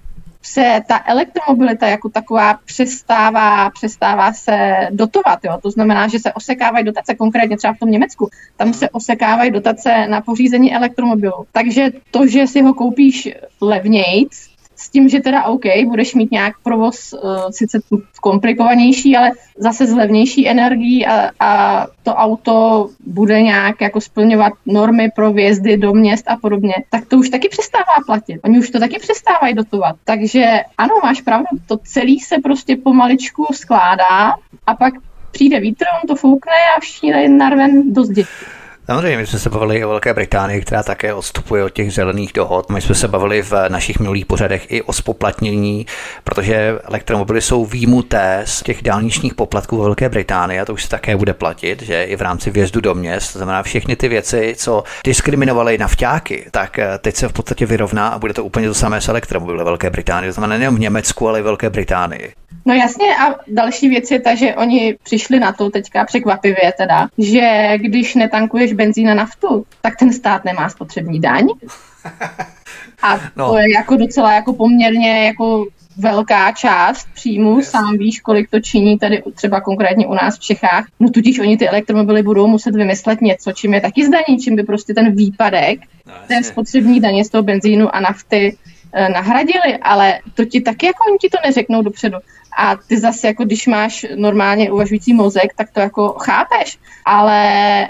se ta elektromobilita jako taková přestává, přestává se dotovat. Jo? To znamená, že se osekávají dotace, konkrétně třeba v tom Německu, tam se osekávají dotace na pořízení elektromobilu. Takže to, že si ho koupíš levnějc, s tím, že teda OK, budeš mít nějak provoz uh, sice komplikovanější, ale zase z levnější energií a, a to auto bude nějak jako splňovat normy pro vjezdy do měst a podobně, tak to už taky přestává platit. Oni už to taky přestávají dotovat. Takže ano, máš pravdu, to celý se prostě pomaličku skládá a pak přijde vítr, on to foukne a všichni tady narven do zdi. Samozřejmě, my jsme se bavili o Velké Británii, která také odstupuje od těch zelených dohod. My jsme se bavili v našich minulých pořadech i o spoplatnění, protože elektromobily jsou výjimuté z těch dálničních poplatků ve Velké Británii a to už se také bude platit, že i v rámci vjezdu do měst. To znamená, všechny ty věci, co diskriminovaly nafťáky, tak teď se v podstatě vyrovná a bude to úplně to samé s elektromobily Velké Británie. To znamená nejen v Německu, ale i Velké Británii. No jasně a další věc je ta, že oni přišli na to teďka překvapivě teda, že když netankuješ benzín a naftu, tak ten stát nemá spotřební daň. A no. To je jako docela jako poměrně jako velká část příjmu, sám víš, kolik to činí tady třeba konkrétně u nás v Čechách. No tudíž oni ty elektromobily budou muset vymyslet něco, čím je taky zdaní, čím by prostě ten výpadek, no, ten spotřební daně z toho benzínu a nafty eh, nahradili, ale to ti taky jako oni ti to neřeknou dopředu. A ty zase, jako když máš normálně uvažující mozek, tak to jako chápeš, ale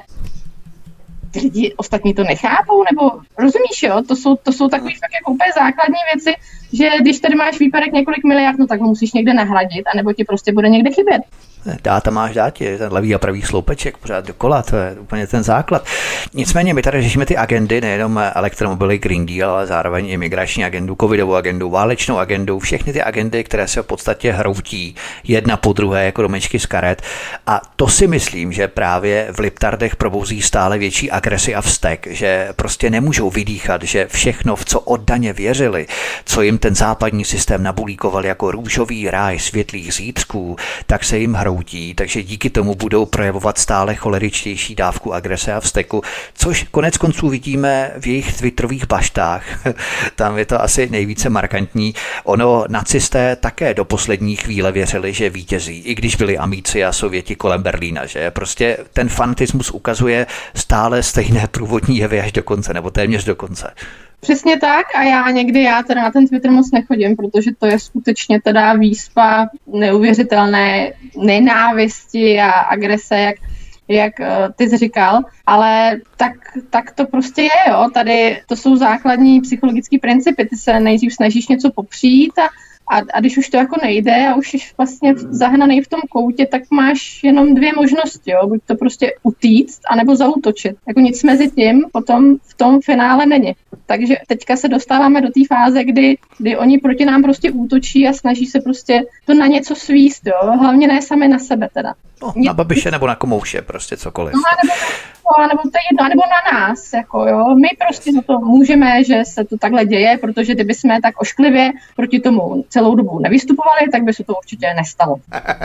ty lidi ostatní to nechápou, nebo rozumíš, jo? To jsou, to jsou takové fakt jako úplně základní věci, že když tady máš výpadek několik miliard, no tak ho musíš někde nahradit, anebo ti prostě bude někde chybět. Dáta máš dáti, ten levý a pravý sloupeček pořád dokola, to je úplně ten základ. Nicméně my tady řešíme ty agendy, nejenom elektromobily, Green Deal, ale zároveň i migrační agendu, covidovou agendu, válečnou agendu, všechny ty agendy, které se v podstatě hroutí jedna po druhé jako domečky z karet. A to si myslím, že právě v Liptardech probouzí stále větší agresi a vztek, že prostě nemůžou vydýchat, že všechno, v co oddaně věřili, co jim ten západní systém nabulíkoval jako růžový ráj světlých zítřků, tak se jim hroutí. Takže díky tomu budou projevovat stále choleričtější dávku agrese a vzteku, což konec konců vidíme v jejich twitterových baštách. Tam je to asi nejvíce markantní. Ono nacisté také do poslední chvíle věřili, že vítězí, i když byli Amíci a Sověti kolem Berlína, že prostě ten fanatismus ukazuje stále stejné průvodní jevy až do konce, nebo téměř do konce. Přesně tak a já někdy, já teda na ten Twitter moc nechodím, protože to je skutečně teda výspa neuvěřitelné nenávisti a agrese, jak, jak ty jsi říkal, ale tak, tak to prostě je, jo, tady to jsou základní psychologické principy, ty se nejdřív snažíš něco popřít a A, a když už to jako nejde a už jsi vlastně zahnaný v tom koutě, tak máš jenom dvě možnosti, jo? Buď to prostě utíct, anebo zaútočit. Jako nic mezi tím potom v tom finále není. Takže teďka se dostáváme do té fáze, kdy, kdy oni proti nám prostě útočí a snaží se prostě to na něco svíst, jo? Hlavně ne sami na sebe teda. No, na Babiše nebo na komouše, prostě cokoliv. No, nebo, no, nebo to je jedno, nebo na nás, jako jo. My prostě za to můžeme, že se to takhle děje, protože kdyby jsme tak ošklivě proti tomu celou dobu nevystupovali, tak by se to určitě nestalo.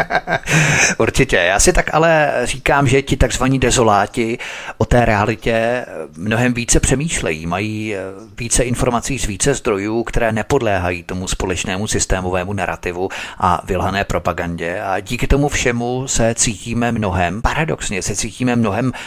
Určitě. Já si tak ale říkám, že ti takzvaní dezoláti o té realitě mnohem více přemýšlejí, mají více informací z více zdrojů, které nepodléhají tomu společnému systémovému narrativu a vylhané propagandě a díky tomu všemu se cítíme mnohem, paradoxně se cítíme mnohem volnější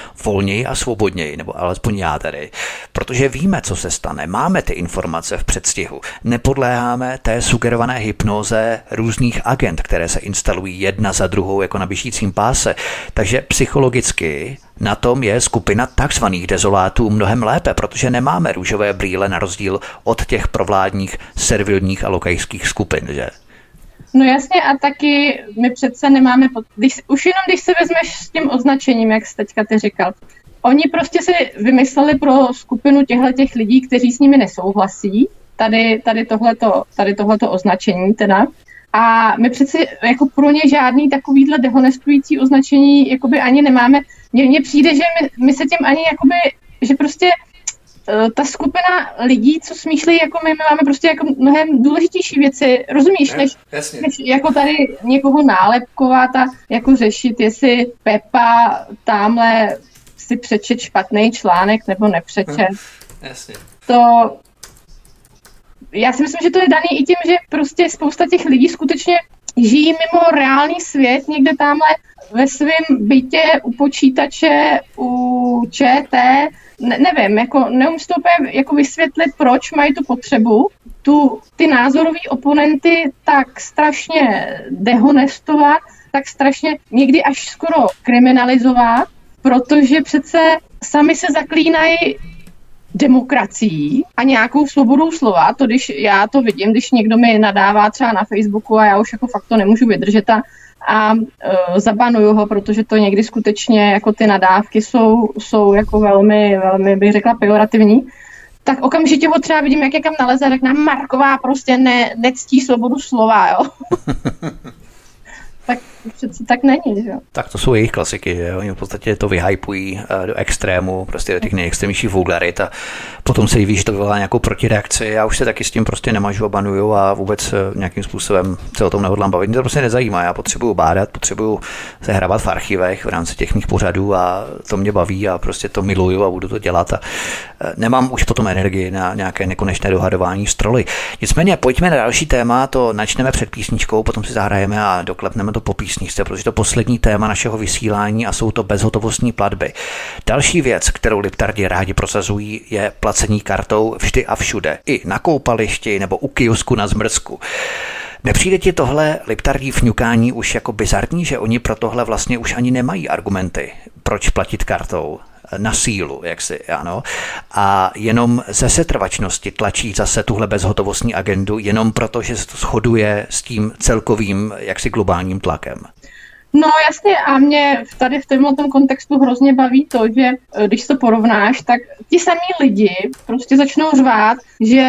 volněji a svobodněji, nebo alespoň já tady, protože víme, co se stane, máme ty informace v předstihu, nepodléháme té sugerované hypnoze různých agent, které se instalují jedna za druhou jako na běžícím páse, takže psychologicky na tom je skupina takzvaných dezolátů mnohem lépe, protože nemáme růžové brýle na rozdíl od těch provládních servilních a lokajských skupin, že? No jasně, a taky my přece nemáme, pod... když, už jenom když se vezmeš s tím označením, jak jsi teďka ty říkal, oni prostě si vymysleli pro skupinu těchto lidí, kteří s nimi nesouhlasí, tady, tady, tohleto, tady tohleto označení teda, a my přeci jako pro ně žádný takovýhle dehonestující označení jakoby ani nemáme. Mně přijde, že my, my se tím ani jakoby, že prostě uh, ta skupina lidí, co smýšlejí jako my, my máme prostě jako mnohem důležitější věci, rozumíš, než, než jako tady někoho nálepkovat a jako řešit, jestli Pepa tamhle si přečet špatný článek nebo nepřečet. Jasně. To já si myslím, že to je daný i tím, že prostě spousta těch lidí skutečně žijí mimo reálný svět, někde tamhle ve svém bytě u počítače, u ČT, ne, nevím, jako neumím si to úplně jako vysvětlit, proč mají tu potřebu, tu, ty názorový oponenty tak strašně dehonestovat, tak strašně někdy až skoro kriminalizovat, protože přece sami se zaklínají demokracií a nějakou svobodou slova, to když já to vidím, když někdo mi nadává třeba na Facebooku a já už jako fakt to nemůžu vydržet a, a uh, zabanuju ho, protože to někdy skutečně jako ty nadávky jsou, jsou jako velmi, velmi bych řekla pejorativní, tak okamžitě ho třeba vidím, jak je kam naleze, tak nám Marková prostě ne, nectí svobodu slova, jo. Tak přece tak není, že jo. Tak to jsou jejich klasiky, že oni v podstatě to vyhypují do extrému, prostě do těch nejextrémnějších vulgarit a potom se ví, že to vyvolá nějakou protireakci. Já už se taky s tím prostě nemažu a banuju a vůbec nějakým způsobem se o tom nehodlám bavit. Mě to prostě nezajímá, já potřebuju bádat, potřebuju se hrabat v archivech v rámci těch mých pořadů a to mě baví a prostě to miluju a budu to dělat a nemám už potom energii na nějaké nekonečné dohadování s troly. Nicméně pojďme na další téma, to načneme před písničkou, potom si zahrajeme a doklepneme to po písničce, protože to poslední téma našeho vysílání a jsou to bezhotovostní platby. Další věc, kterou liptardi rádi prosazují, je placení kartou vždy a všude. I na koupališti nebo u kiosku na zmrzku. Nepřijde ti tohle liptardí fňukání už jako bizarní, že oni pro tohle vlastně už ani nemají argumenty, proč platit kartou? Na sílu, jaksi, ano. A jenom ze setrvačnosti tlačí zase tuhle bezhotovostní agendu, jenom proto, že se to shoduje s tím celkovým jaksi globálním tlakem. No jasně, a mě tady v tomhle kontextu hrozně baví to, že když to porovnáš, tak ti samí lidi prostě začnou řvát, že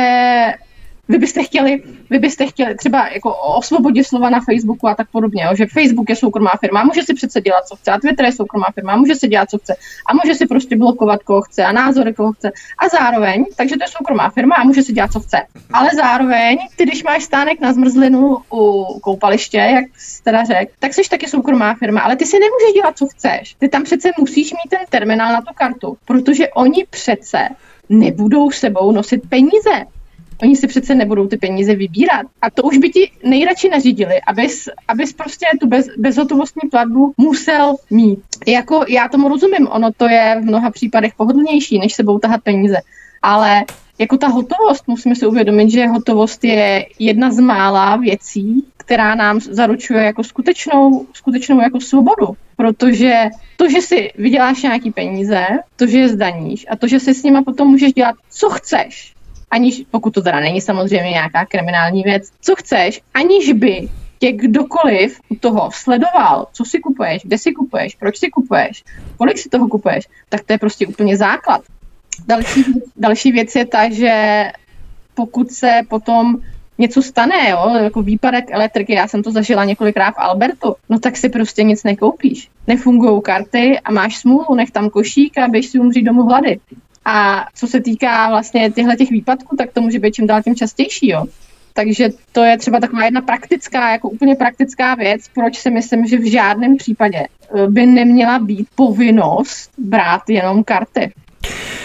vy byste chtěli, vy byste chtěli třeba jako o svobodě slova na Facebooku a tak podobně, jo, že Facebook je soukromá firma, může si přece dělat, co chce, a Twitter je soukromá firma, může si dělat, co chce a může si prostě blokovat, koho chce a názory, koho chce a zároveň, takže to je soukromá firma a může si dělat, co chce. Ale zároveň, ty když máš stánek na zmrzlinu u koupaliště, jak jsi teda řekl, tak jsi taky soukromá firma, ale ty si nemůžeš dělat, co chceš. Ty tam přece musíš mít ten terminál na tu kartu, protože oni přece nebudou sebou nosit peníze. Oni si přece nebudou ty peníze vybírat. A to už by ti nejradši nařídili, abys, abys prostě tu bez, bezhotovostní platbu musel mít. Jako já tomu rozumím, ono to je v mnoha případech pohodlnější, než sebou tahat peníze. Ale jako ta hotovost, musíme si uvědomit, že hotovost je jedna z mála věcí, která nám zaručuje jako skutečnou, skutečnou jako svobodu. Protože to, že si vyděláš nějaký peníze, to, že je zdaníš a to, že si s nima potom můžeš dělat, co chceš, aniž, pokud to teda není samozřejmě nějaká kriminální věc, co chceš, aniž by tě kdokoliv u toho sledoval, co si kupuješ, kde si kupuješ, proč si kupuješ, kolik si toho kupuješ, tak to je prostě úplně základ. Další, další věc je ta, že pokud se potom něco stane, jo, jako výpadek elektriky, já jsem to zažila několikrát v Albertu, no tak si prostě nic nekoupíš. Nefungují karty a máš smůlu, nech tam košík a běž si umřít domů hlady. A co se týká vlastně těchto těch výpadků, tak to může být čím dál tím častější, jo. Takže to je třeba taková jedna praktická, jako úplně praktická věc, proč si myslím, že v žádném případě by neměla být povinnost brát jenom karty.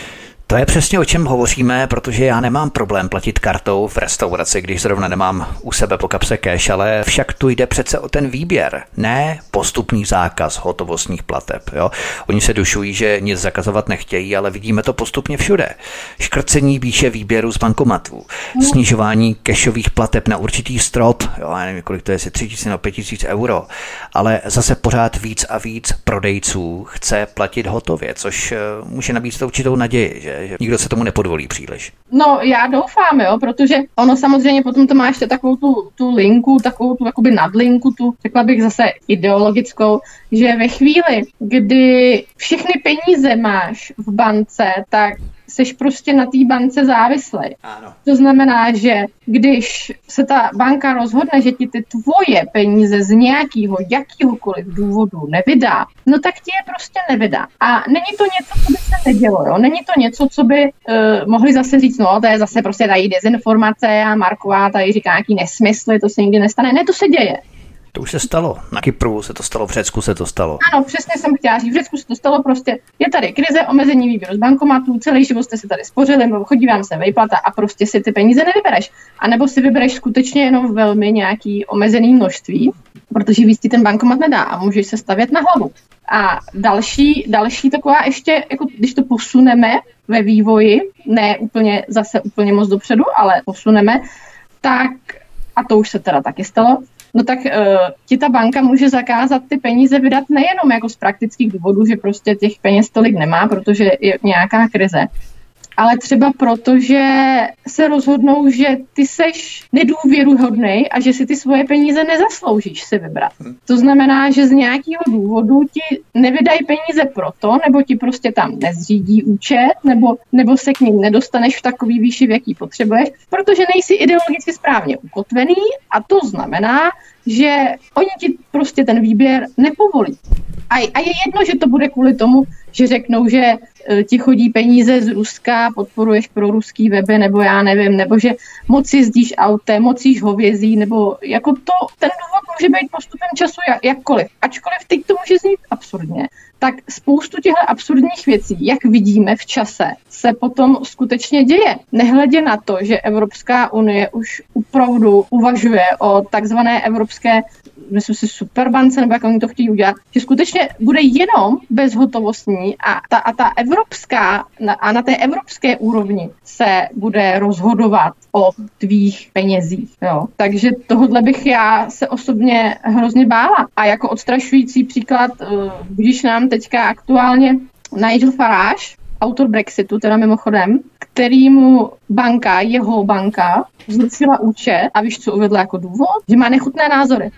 To je přesně o čem hovoříme, protože já nemám problém platit kartou v restauraci, když zrovna nemám u sebe po kapse cash, ale však tu jde přece o ten výběr, ne postupný zákaz hotovostních plateb. Jo? Oni se dušují, že nic zakazovat nechtějí, ale vidíme to postupně všude. Škrcení výše výběru z bankomatů, snižování cashových plateb na určitý strop, jo, já nevím, kolik to je, jestli tři tisíce nebo pět tisíc euro, ale zase pořád víc a víc prodejců chce platit hotově, což může nabít určitou naději, že, že nikdo se tomu nepodvolí příliš. No já doufám, jo, protože ono samozřejmě potom to má ještě takovou tu, tu linku, takovou tu jakoby nadlinku, tu řekla bych zase ideologickou, že ve chvíli, kdy všechny peníze máš v bance, tak seš prostě na té bance závislej. Ano. To znamená, že když se ta banka rozhodne, že ti ty tvoje peníze z nějakého, jakýhokoliv důvodu nevydá, no tak ti je prostě nevydá. A není to něco, co by se nedělo, jo? Není to něco, co by uh, mohli zase říct, no to je zase prostě tady dezinformace a Marková tady říká nějaký nesmysly, to se nikdy nestane. Ne, to se děje. To už se stalo. Na Kypru se to stalo, v Řecku se to stalo. Ano, přesně jsem chtěla říct. V Řecku se to stalo prostě. Je tady krize, omezení výběru z bankomatů, celý život jste si tady spořili, chodí vám se výplata a prostě si ty peníze nevybereš. A nebo si vybereš skutečně jenom velmi nějaký omezený množství, protože víc ti ten bankomat nedá a můžeš se stavět na hlavu. A další, další taková ještě, jako když to posuneme ve vývoji, ne úplně zase úplně moc dopředu, ale posuneme, tak, a to už se teda taky stalo, no tak uh, ti ta banka může zakázat ty peníze vydat nejenom jako z praktických důvodů, že prostě těch peněz tolik nemá, protože je nějaká krize, ale třeba proto, že se rozhodnou, že ty seš nedůvěruhodnej a že si ty svoje peníze nezasloužíš si vybrat. To znamená, že z nějakého důvodu ti nevydají peníze proto, nebo ti prostě tam nezřídí účet, nebo, nebo se k ním nedostaneš v takový výši, v jaký potřebuješ, protože nejsi ideologicky správně ukotvený a to znamená, že oni ti prostě ten výběr nepovolí. A, a je jedno, že to bude kvůli tomu, že řeknou, že e, ti chodí peníze z Ruska, podporuješ pro ruský weby, nebo já nevím, nebo že moc jezdíš autem, moc jíš hovězí, nebo jako to, ten důvod může být postupem času jak, jakkoliv. Ačkoliv teď to může znít absurdně, tak spoustu těchto absurdních věcí, jak vidíme v čase, se potom skutečně děje. Nehledě na to, že Evropská unie už opravdu uvažuje o takzvané evropské, myslím si, superbance, nebo jak oni to chtějí udělat, že skutečně bude jenom bezhotovostní a ta, a ta evropská, a na té evropské úrovni se bude rozhodovat o tvých penězích. Jo. Takže tohle bych já se osobně hrozně bála. A jako odstrašující příklad, když nám teďka aktuálně Nigel Farage, autor Brexitu, teda mimochodem, kterýmu banka, jeho banka, zrušila účet a víš, co uvedla jako důvod? Že má nechutné názory.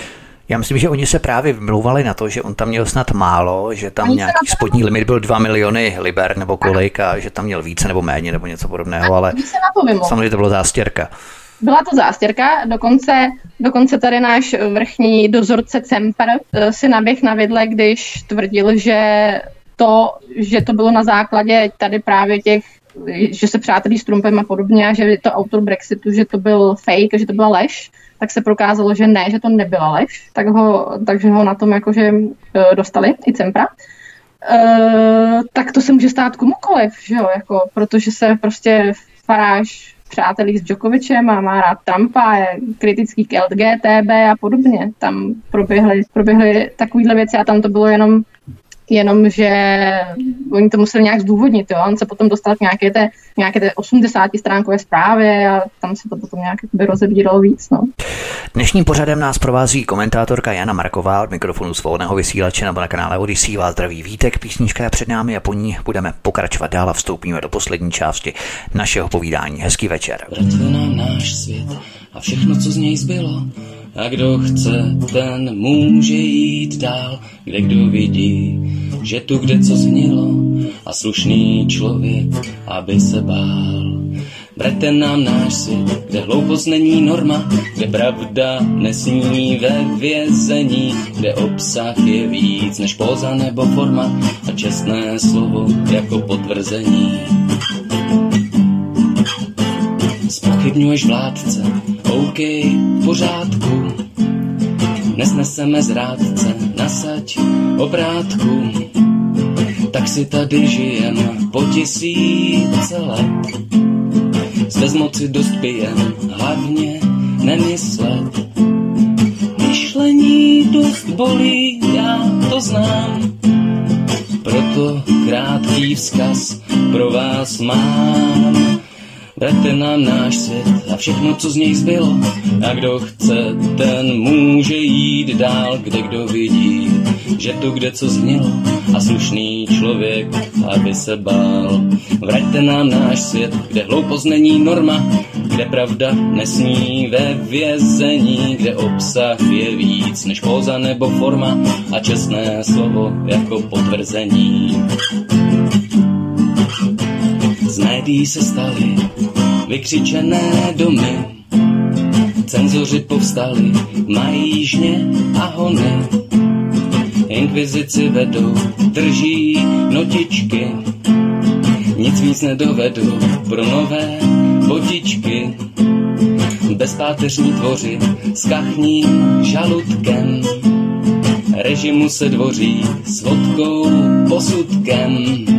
Já myslím, že oni se právě vymlouvali na to, že on tam měl snad málo, že tam nějaký spodní limit byl dva miliony liber nebo kolik a že tam měl více nebo méně nebo něco podobného, ale samozřejmě to bylo zástěrka. Byla to zástěrka, dokonce, dokonce tady náš vrchní dozorce Cemper si naběh na vidle, když tvrdil, že to, že to bylo na základě tady právě těch, že se přátelí s Trumpem a podobně a že je to autor Brexitu, že to byl fake, že to byla lež, tak se prokázalo, že ne, že to nebyla lež, tak ho, takže ho na tom jakože dostali i Cempra. Uh, tak to se může stát komukoliv, že jo, jako, protože se prostě Farage přátelí s Djokovicem a má rád Trumpa, je kritický k L G T B a podobně. Tam proběhly, proběhly takovýhle věci a tam to bylo jenom jenom, že oni to museli nějak zdůvodnit, jo. On se potom dostal k nějaké té, nějaké té osmdesátistránkové zprávě a tam se to potom nějak rozebíralo víc, no. Dnešním pořadem nás provází komentátorka Jana Marková od mikrofonu Svobodného vysílače nebo na kanále Odyssey. Vás zdraví Vítek, písnička je před námi a po ní budeme pokračovat dál a vstoupíme do poslední části našeho povídání. Hezký večer. Vrťte nám náš svět a všechno, co z něj zbylo. A kdo chce, ten může jít dál, kde kdo vidí, že tu kde co zhnilo a slušný člověk, aby se bál. Vraťte nám náš svět, kde hloupost není norma, kde pravda nesní ve vězení, kde obsah je víc než póza nebo forma a čestné slovo jako potvrzení. Zpochybňuješ vládce, OK, v pořádku, nesneseme zrádce, nasaď obrátku. tak si tady žijem po tisíce let. Z bezmoci dost pijem, hlavně nemyslet. Myšlení dost bolí, já to znám, proto krátký vzkaz pro vás mám. Vraťte nám náš svět a všechno, co z něj zbylo. A kdo chce, ten může jít dál, kde kdo vidí, že tu kde co zhnilo a slušný člověk, aby se bál. Vraťte nám náš svět, kde hloupost není norma, kde pravda nesmí ve vězení, kde obsah je víc než póza nebo forma a čestné slovo jako potvrzení. Z médií se staly vykřičené domy, cenzoři povstali, mají žně a hony. Inkvizici vedou, drží notičky, nic víc nedovedou pro nové botičky. Bezpáteřní tvoři s kachním žaludkem, režimu se dvoří s vodkou posudkem.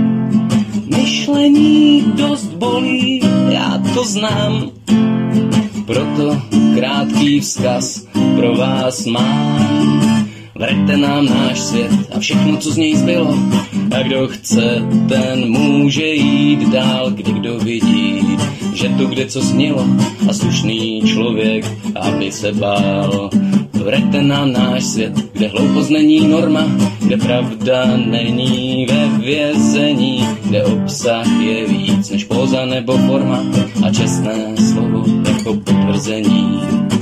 Myšlení dost bolí, já to znám, proto krátký vzkaz pro vás mám. Vraťte nám náš svět a všechno, co z něj zbylo. A kdo chce, ten může jít dál, kde kdo vidí, že tu kde co snilo a slušný člověk, aby se bál. Vraťte nám náš svět, kde hloupost není norma, kde pravda není ve vězení, kde obsah je víc než póza nebo forma a čestné slovo jako potvrzení.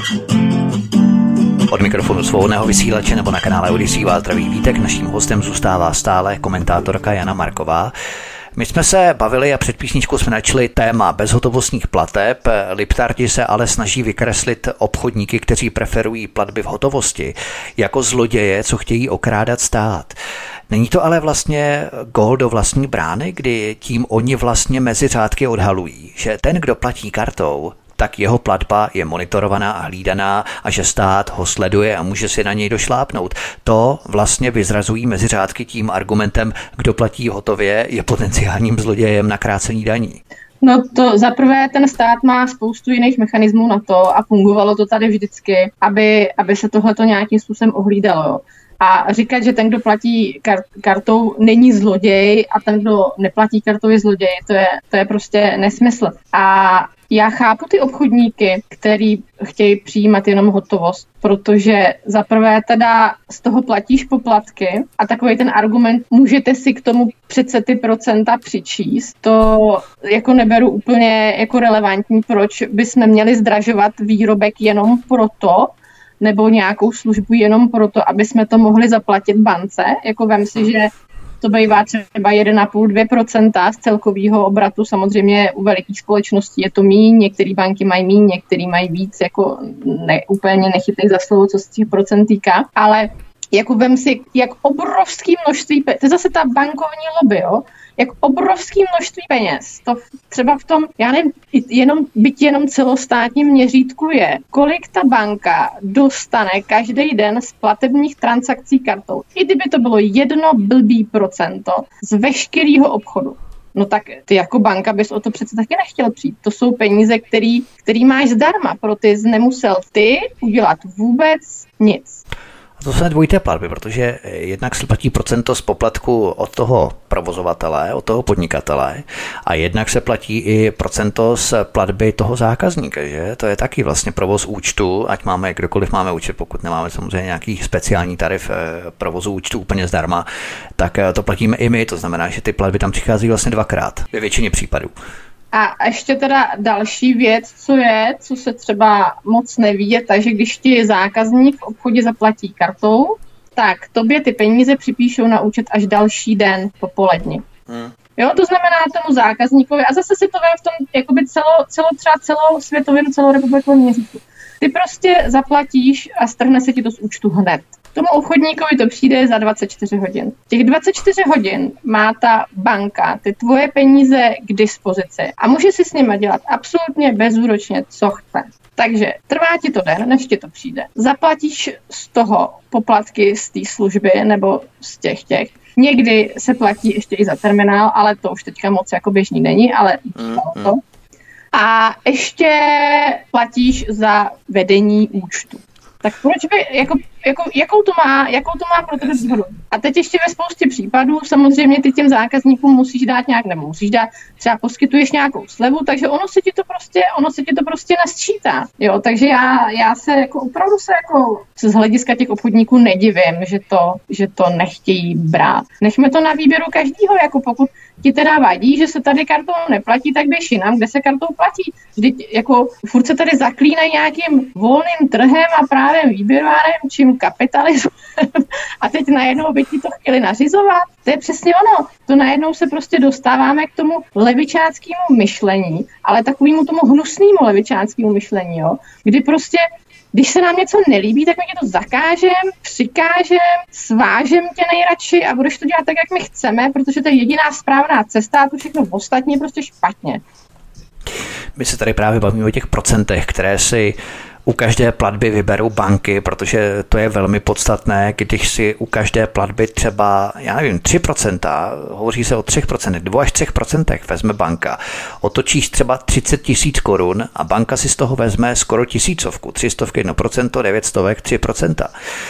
Od mikrofonu Svobodného vysílače nebo na kanále Odyssey vás zdraví Vítek. Naším hostem zůstává stále komentátorka Jana Marková. My jsme se bavili a před písničkou jsme načali téma bezhotovostních plateb. Liptardi se ale snaží vykreslit obchodníky, kteří preferují platby v hotovosti, jako zloděje, co chtějí okrádat stát. Není to ale vlastně gól do vlastní brány, kdy tím oni vlastně mezi řádky odhalují, že ten, kdo platí kartou, tak jeho platba je monitorovaná a hlídaná a že stát ho sleduje a může si na něj došlápnout. To vlastně vyzrazují mezi řádky tím argumentem, kdo platí hotově, je potenciálním zlodějem na krácení daní. No to zaprvé ten stát má spoustu jiných mechanismů na to a fungovalo to tady vždycky, aby, aby se tohleto nějakým způsobem ohlídalo. A říkat, že ten, kdo platí kar- kartou, není zloděj a ten, kdo neplatí kartou, je zloděj, to je, to je prostě nesmysl. A já chápu ty obchodníky, který chtějí přijímat jenom hotovost, protože zaprvé teda z toho platíš poplatky a takový ten argument, můžete si k tomu přece ty procenta přičíst, to jako neberu úplně jako relevantní, proč bychom měli zdražovat výrobek jenom proto, nebo nějakou službu jenom proto, aby jsme to mohli zaplatit bance. Jako vem si, že to bývá třeba jedna celá pět až dvě procenta z celkového obratu. Samozřejmě u velikých společností je to míň, některé banky mají míň, některé mají víc, jako ne, úplně nechytej za slovo, co se těch procent týká. Ale jako vem si, jak obrovský množství, to je zase ta bankovní lobby, jo? Jak obrovský množství peněz, to třeba v tom, já nevím, jenom, byť jenom celostátním měřítku je, kolik ta banka dostane každý den z platebních transakcí kartou. I kdyby to bylo jedno blbý procento z veškerého obchodu. No tak ty jako banka bys o to přece taky nechtěl přijít. To jsou peníze, který, který máš zdarma, proto ty nemusel ty udělat vůbec nic. To jsou dvojité platby, protože jednak se platí procento z poplatku od toho provozovatele, od toho podnikatele a jednak se platí i procento z platby toho zákazníka, že? To je taky vlastně provoz účtu, ať máme kdokoliv máme účet, pokud nemáme samozřejmě nějaký speciální tarif provozu účtu úplně zdarma, tak to platíme i my, to znamená, že ty platby tam přichází vlastně dvakrát ve většině případů. A ještě teda další věc, co je, co se třeba moc neví, je ta, že když ti zákazník v obchodě zaplatí kartou, tak tobě ty peníze připíšou na účet až další den popolední. Hmm. Jo, to znamená tomu zákazníkovi, a zase si to vem v tom jakoby celo, celo třeba celosvětovém, celorepublikovém měřítku. Ty prostě zaplatíš a strhne se ti to z účtu hned. Tomu obchodníkovi to přijde za dvacet čtyři hodin. Těch dvacet čtyři hodin má ta banka ty tvoje peníze k dispozici a může si s nimi dělat absolutně bezúročně, co chce. Takže trvá ti to den, než ti to přijde. Zaplatíš z toho poplatky z té služby nebo z těch těch. Někdy se platí ještě i za terminál, ale to už teďka moc jako běžný není, ale mm, to. A ještě platíš za vedení účtu. Tak proč by, jako, jako, jakou, to má, jakou to má pro tebe výhodu? A teď ještě ve spoustě případů samozřejmě ty těm zákazníkům musíš dát nějak, nebo musíš dát, třeba poskytuješ nějakou slevu, takže ono se ti to prostě, ono se ti to prostě nasčítá. Jo, takže já, já se jako opravdu se jako z hlediska těch obchodníků nedivím, že to, že to nechtějí brát. Nechme to na výběru každýho, jako pokud ti teda vadí, že se tady kartou neplatí, tak běž jinam, kde se kartou platí. Vždyť jako furt se tady zaklínají nějakým volným trhem a právě výběrárem, čím kapitalismem. A teď najednou by ti to chtěli nařizovat. To je přesně ono. To najednou se prostě dostáváme k tomu levičáckému myšlení, ale takovému tomu hnusnému levičáckému myšlení, jo? Kdy prostě když se nám něco nelíbí, tak my tě to zakážem, přikážem, svážem tě nejradši a budeš to dělat tak, jak my chceme, protože to je jediná správná cesta a to všechno ostatní je prostě špatně. My se tady právě bavíme o těch procentech, které si u každé platby vyberou banky, protože to je velmi podstatné, když si u každé platby třeba, já nevím, tři procenta, hovoří se o tři procenta, dva až tři procenta vezme banka. Otočíš třeba třicet tisíc korun a banka si z toho vezme skoro tisícovku, tři stovky jedno procento, devět stovek tři procenta.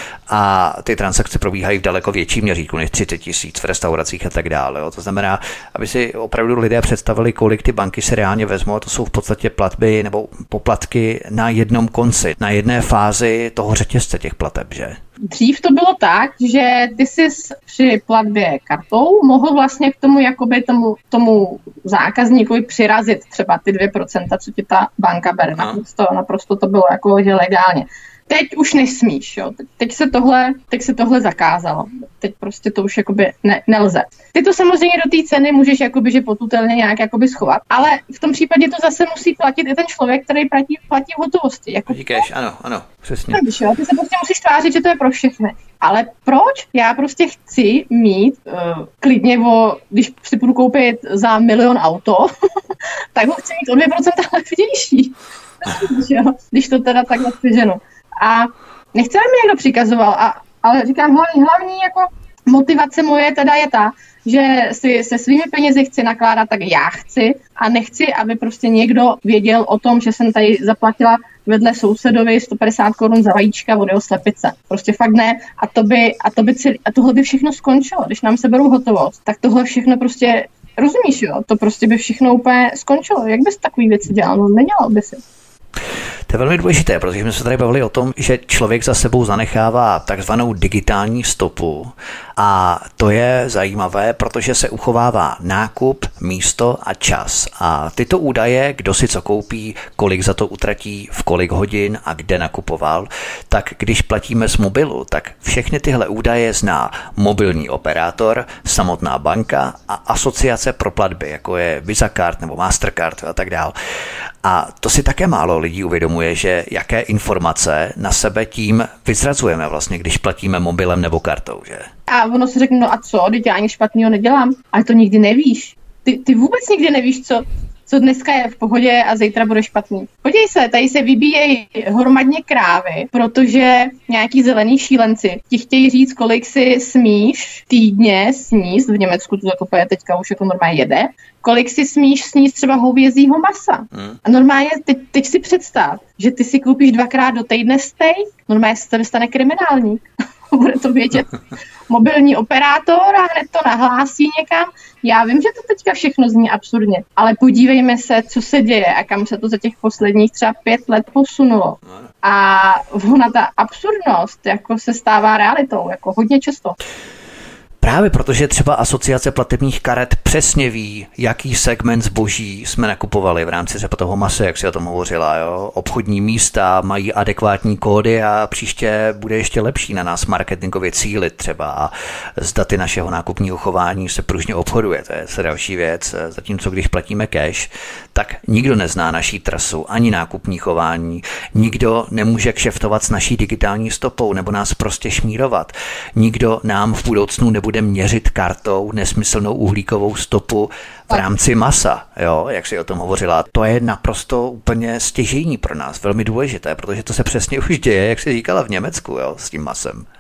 A ty transakce probíhají v daleko větším měřítku než třicet tisíc v restauracích a tak dále. Jo. To znamená, aby si opravdu lidé představili, kolik ty banky se reálně vezmou, a to jsou v podstatě platby nebo poplatky na jednom konci, na jedné fázi toho řetězce těch plateb, že? Dřív to bylo tak, že ty jsi při platbě kartou mohl vlastně k tomu jakoby tomu, tomu zákazníkovi přirazit třeba ty dvě procenta, co ti ta banka bere. Naprosto, naprosto to bylo jako že legálně. Teď už nesmíš, jo. Teď, teď, se tohle, teď se tohle zakázalo. Teď prostě to už jakoby ne, nelze. Ty to samozřejmě do té ceny můžeš jakoby, že potutelně nějak jakoby schovat, ale v tom případě to zase musí platit i ten člověk, který platí, platí v hotovosti. Jako Díkeš, ano, ano, přesně. Víš, jo, ty se prostě musíš tvářit, že to je pro všechny. Ale proč? Já prostě chci mít uh, klidně, o, když si budu koupit za milion auto, tak ho chci mít o dvě procenta levnější. Když to teda takhle přeženu. A nechci, aby mi někdo přikazoval, a, ale říkám, hlavní, hlavní jako motivace moje teda je ta, že si se svými penězi chci nakládat tak já chci a nechci, aby prostě někdo věděl o tom, že jsem tady zaplatila vedle sousedovi sto padesát korun za vajíčka od jeho slepice. Prostě fakt ne. A, to by, a, to by celý, a tohle by všechno skončilo. Když nám seberou hotovost, tak tohle všechno prostě, rozumíš, jo? To prostě by všechno úplně skončilo. Jak bys takový věci dělal? No nedělal by si. To je velmi důležité, protože jsme se tady bavili o tom, že člověk za sebou zanechává takzvanou digitální stopu a to je zajímavé, protože se uchovává nákup, místo a čas. A tyto údaje, kdo si co koupí, kolik za to utratí, v kolik hodin a kde nakupoval, tak když platíme z mobilu, tak všechny tyhle údaje zná mobilní operátor, samotná banka a asociace pro platby, jako je Visa Card nebo Mastercard a tak dále. A to si také málo lidí uvědomuje, že jaké informace na sebe tím vyzrazujeme vlastně, když platíme mobilem nebo kartou, že? A ono si řekne, no a co, teď já nic špatného nedělám, ale to nikdy nevíš. Ty, ty vůbec nikdy nevíš, co, co dneska je v pohodě a zítra bude špatný. Podívej se, tady se vybíjejí hromadně krávy, protože nějaký zelený šílenci ti chtějí říct, kolik si smíš týdně sníst, v Německu to jako teďka už jako normálně jede, kolik si smíš sníst třeba hovězího masa. Hmm. A normálně teď, teď si představ, že ty si koupíš dvakrát do týdne steak, normálně se to stane kriminálník. Bude to vědět mobilní operátor a hned to nahlásí někam. Já vím, že to teďka všechno zní absurdně, ale podívejme se, co se děje a kam se to za těch posledních třeba pět let posunulo. A ona ta absurdnost jako se stává realitou, jako hodně často. Právě protože třeba asociace platebních karet přesně ví, jaký segment zboží jsme nakupovali v rámci třeba toho masa, jak si o tom hovořila. Jo? Obchodní místa mají adekvátní kódy a příště bude ještě lepší na nás marketingově cílit třeba a z daty našeho nákupního chování se pružně obchoduje. To je se další věc. Zatímco když platíme cash, tak nikdo nezná naší trasu, ani nákupní chování. Nikdo nemůže kšeftovat s naší digitální stopou nebo nás prostě šmírovat. Nikdo nám v budoucnu nebude bude měřit kartou nesmyslnou uhlíkovou stopu v rámci masa, jo, jak si o tom hovořila. To je naprosto úplně stěžejní pro nás, velmi důležité, protože to se přesně už děje, jak si říkala v Německu, jo, s tím masem.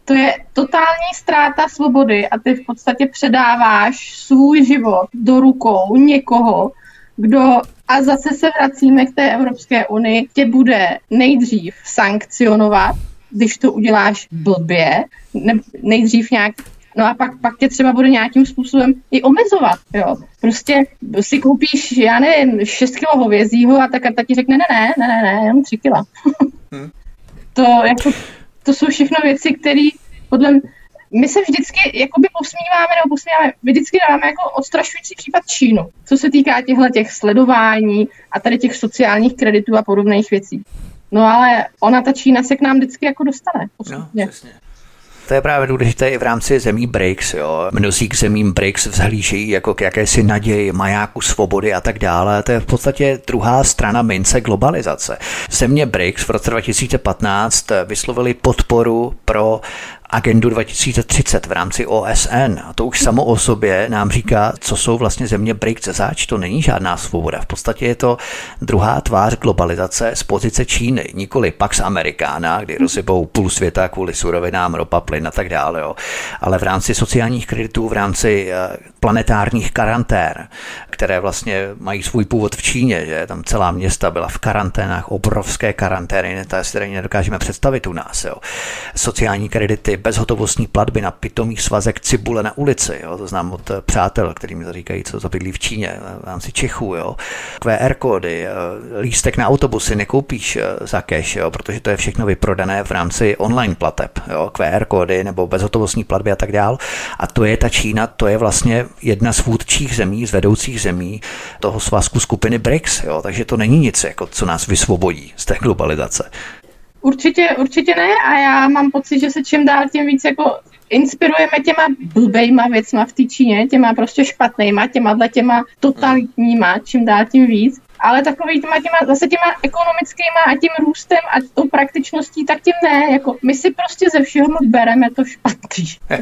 To je totální ztráta svobody a ty v podstatě předáváš svůj život do rukou někoho, kdo, a zase se vracíme k té Evropské unii, tě bude nejdřív sankcionovat, když to uděláš blbě, ne, nejdřív nějak, no a pak, pak tě třeba bude nějakým způsobem i omezovat, jo. Prostě si koupíš, já nevím, šest kilo hovězího a ta karta ti řekne, ne, ne, ne, ne, ne, jenom tři kila. Hmm. to, jako, to jsou všechno věci, které podle mě, my se vždycky jakoby posmíváme, nebo posmíváme, my vždycky dáváme jako odstrašující případ Čínu, co se týká těchto těch sledování a tady těch sociálních kreditů a podobných věcí. No ale ona, ta Čína, se k nám vždycky jako dostane. No, přesně. To je právě důležité i v rámci zemí B R I C S. Jo. Mnozí k zemím B R I C S vzhlížejí jako k jakési naději, majáku svobody a tak dále. To je v podstatě druhá strana mince globalizace. Země B R I C S v roce dva tisíce patnáct vyslovili podporu pro agendu dva tisíce třicet v rámci O S N. A to už samo o sobě nám říká, co jsou vlastně země B R I C S zač. To není žádná svoboda. V podstatě je to druhá tvář globalizace z pozice Číny, nikoli Pax Americana, kdy rozsypou půl světa kvůli surovinám, ropa, plyn a tak dále. Jo. Ale v rámci sociálních kreditů, v rámci planetárních karantén, které vlastně mají svůj původ v Číně, že tam celá města byla v karanténách, obrovské karantény, to si tady nedokážeme představit u nás. Jo. Sociální kredity, bezhotovostní platby na pitomý svazek cibule na ulici, jo. To znám od přátel, který mi to říkají, co to bydlí v Číně, v rámci Čechů. Jo. Q R kódy, lístek na autobusy nekoupíš za cash, jo, protože to je všechno vyprodané v rámci online plateb, jo. Q R kódy nebo bezhotovostní platby a tak dál. A to je ta Čína, to je vlastně jedna z vůdčích zemí, z vedoucích zemí toho svazku skupiny B R I C S, jo. Takže to není nic, jako, co nás vysvobodí z té globalizace. Určitě, určitě ne a já mám pocit, že se čím dál tím víc jako inspirujeme těma blbejma věcma v té Číně, těma prostě špatnejma, těma těma totalitníma, čím dál tím víc. Ale takový těma, těma, zase těma ekonomickýma a tím růstem a tou praktičností, tak tím ne. Jako, my si prostě ze všeho moc bereme to špatný.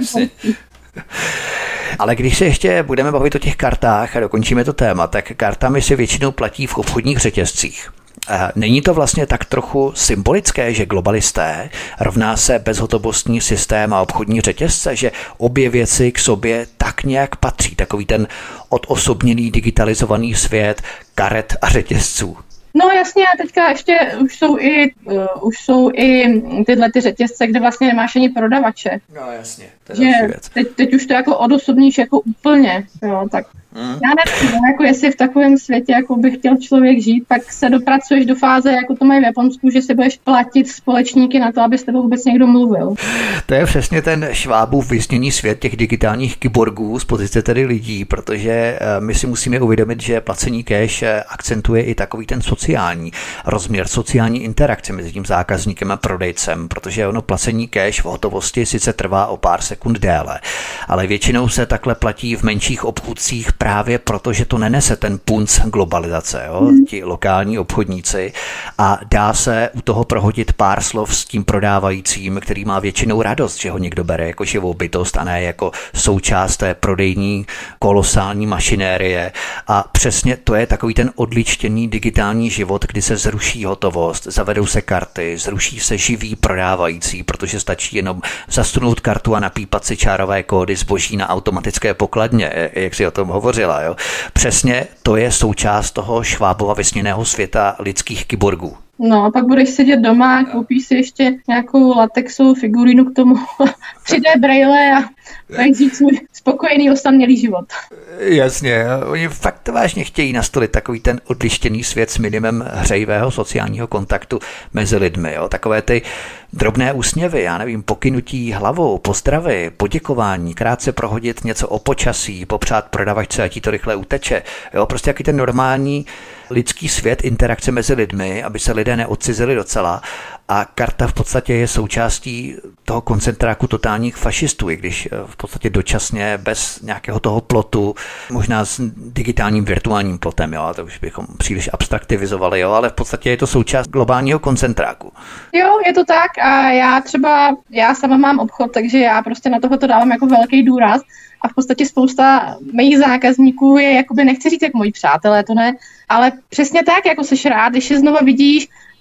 Ale když se ještě budeme bavit o těch kartách a dokončíme to téma, tak kartami se většinou platí v obchodních řetězcích. Není to vlastně tak trochu symbolické, že globalisté rovná se bezhotovostní systém a obchodní řetězce, že obě věci k sobě tak nějak patří, takový ten odosobněný digitalizovaný svět karet a řetězců? No jasně, a teďka ještě už jsou i, uh, už jsou i tyhle ty řetězce, kde vlastně nemáš ani prodavače. No jasně, to je další věc. Teď, teď už to jako odosobníš jako úplně, jo, tak mm. já nevím, jako jestli v takovém světě jako by chtěl člověk žít, pak se dopracuješ do fáze, jako to mají v Japonsku, že si budeš platit společníky na to, aby s tebou vůbec někdo mluvil. To je přesně ten Švábův vysněný svět těch digitálních kyborgů z pozice tedy lidí, protože my si musíme uvědomit, že placení cash akcentuje i takový ten sociální rozměr, sociální interakce mezi tím zákazníkem a prodejcem, protože ono placení cash v hotovosti sice trvá o pár sekund déle, ale většinou se takhle platí v menších obchůdcích právě proto, že to nenese ten punc globalizace, jo? Ti lokální obchodníci a dá se u toho prohodit pár slov s tím prodávajícím, který má většinou radost, že ho někdo bere jako živou bytost a ne jako součást té prodejní kolosální mašinérie. A přesně to je takový ten odličtěný digitální život, kdy se zruší hotovost, zavedou se karty, zruší se živý prodávající, protože stačí jenom zasunout kartu a napípat si čárové kódy zboží na automatické pokladně, jak si o tom hovořila. Jo? Přesně to je součást toho Švábova vysněného světa lidských kyborgů. No a pak budeš sedět doma, koupíš si ještě nějakou latexovou figurínu k tomu, tři dé brejle a budeš žít svůj spokojený osamělý život. Jasně, oni fakt vážně chtějí nastolit takový ten odlištěný svět s minimem hřejivého sociálního kontaktu mezi lidmi. Jo? Takové ty drobné úsměvy, já nevím, pokynutí hlavou, pozdravy, poděkování, krátce prohodit něco o počasí, popřát prodavačce a ti to rychle uteče. Jo? Prostě jaký ten normální lidský svět, interakce mezi lidmi, aby se lidé neodcizili docela. A karta v podstatě je součástí toho koncentráku totálních fašistů, i když v podstatě dočasně bez nějakého toho plotu, možná s digitálním virtuálním plotem, jo, to už bychom příliš abstraktivizovali, jo, ale v podstatě je to součást globálního koncentráku. Jo, je to tak a já třeba, já sama mám obchod, takže já prostě na tohoto dávám jako velký důraz a v podstatě spousta mých zákazníků je, jakoby nechci říct jako moji přátelé, to ne, ale přesně tak, jako seš rád, když je znova vidíš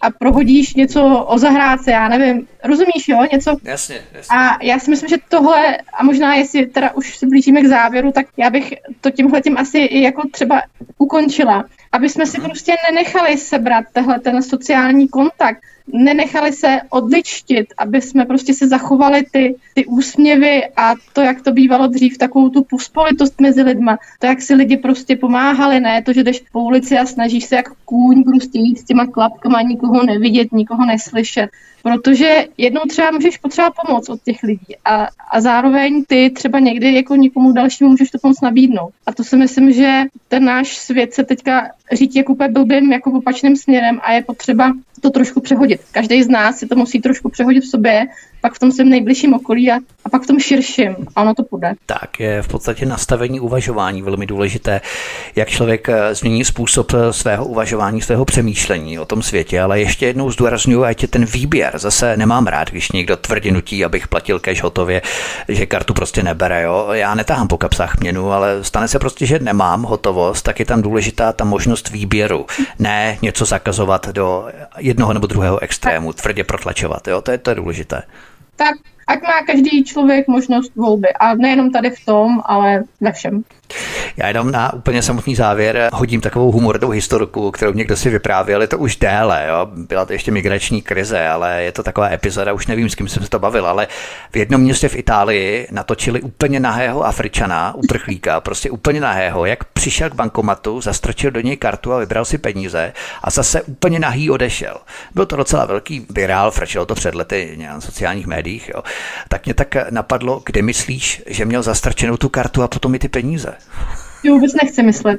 a prohodíš něco o zahrádce, já nevím, rozumíš, jo, něco? Jasně, jasně. A já si myslím, že tohle, a možná jestli teda už se blížíme k závěru, tak já bych to tímhletím asi i jako třeba ukončila, aby jsme si prostě nenechali sebrat tehle ten sociální kontakt, nenechali se odličtit, aby jsme prostě si zachovali ty, ty úsměvy a to, jak to bývalo dřív, takovou tu pospolitost mezi lidma, to, jak si lidi prostě pomáhali, ne to, že jdeš po ulici a snažíš se jak kůň prostě jít s těma klapkama, nikoho nevidět, nikoho neslyšet, protože jednou třeba můžeš potřebovat pomoc od těch lidí a, a zároveň ty třeba někdy jako nikomu dalšímu můžeš to pomoc nabídnout. A to si myslím, že ten náš svět se teďka říct jak úplně blbým jako opačným směrem a je potřeba to trošku přehodit. Každý z nás si to musí trošku přehodit v sobě, pak v tom svém nejbližším okolí a, a pak v tom širším. A ono to půjde. Tak je v podstatě nastavení uvažování velmi důležité, jak člověk změní způsob svého uvažování, svého přemýšlení o tom světě, ale ještě jednou zdůrazňuji, ať je ten výběr. Zase nemám rád, když někdo tvrdě nutí, abych platil cash hotově, že kartu prostě nebere. Jo? Já netahám po kapsách měnu, ale stane se prostě, že nemám hotovost, tak je tam důležitá ta možnost výběru. Ne něco zakazovat do jednoho nebo druhého extrému, tvrdě protlačovat. Jo? To je, to je důležité. Tak ať má každý člověk možnost volby. A nejenom tady v tom, ale ve všem. Já jenom na úplně samotný závěr hodím takovou humornou historku, kterou někdo si vyprávěl, je to už déle, jo? Byla to ještě migrační krize, ale je to taková epizoda, už nevím, s kým jsem se to bavil, ale v jednom městě v Itálii natočili úplně nahého Afričana, uprchlíka, prostě úplně nahého, jak přišel k bankomatu, zastrčil do něj kartu a vybral si peníze a zase úplně nahý odešel. Byl to docela velký virál, frčilo to před lety na sociálních médiích, jo? Tak mě tak napadlo, kde myslíš, že měl zastrčenou tu kartu a potom i ty peníze? Jo, vůbec nechci myslet.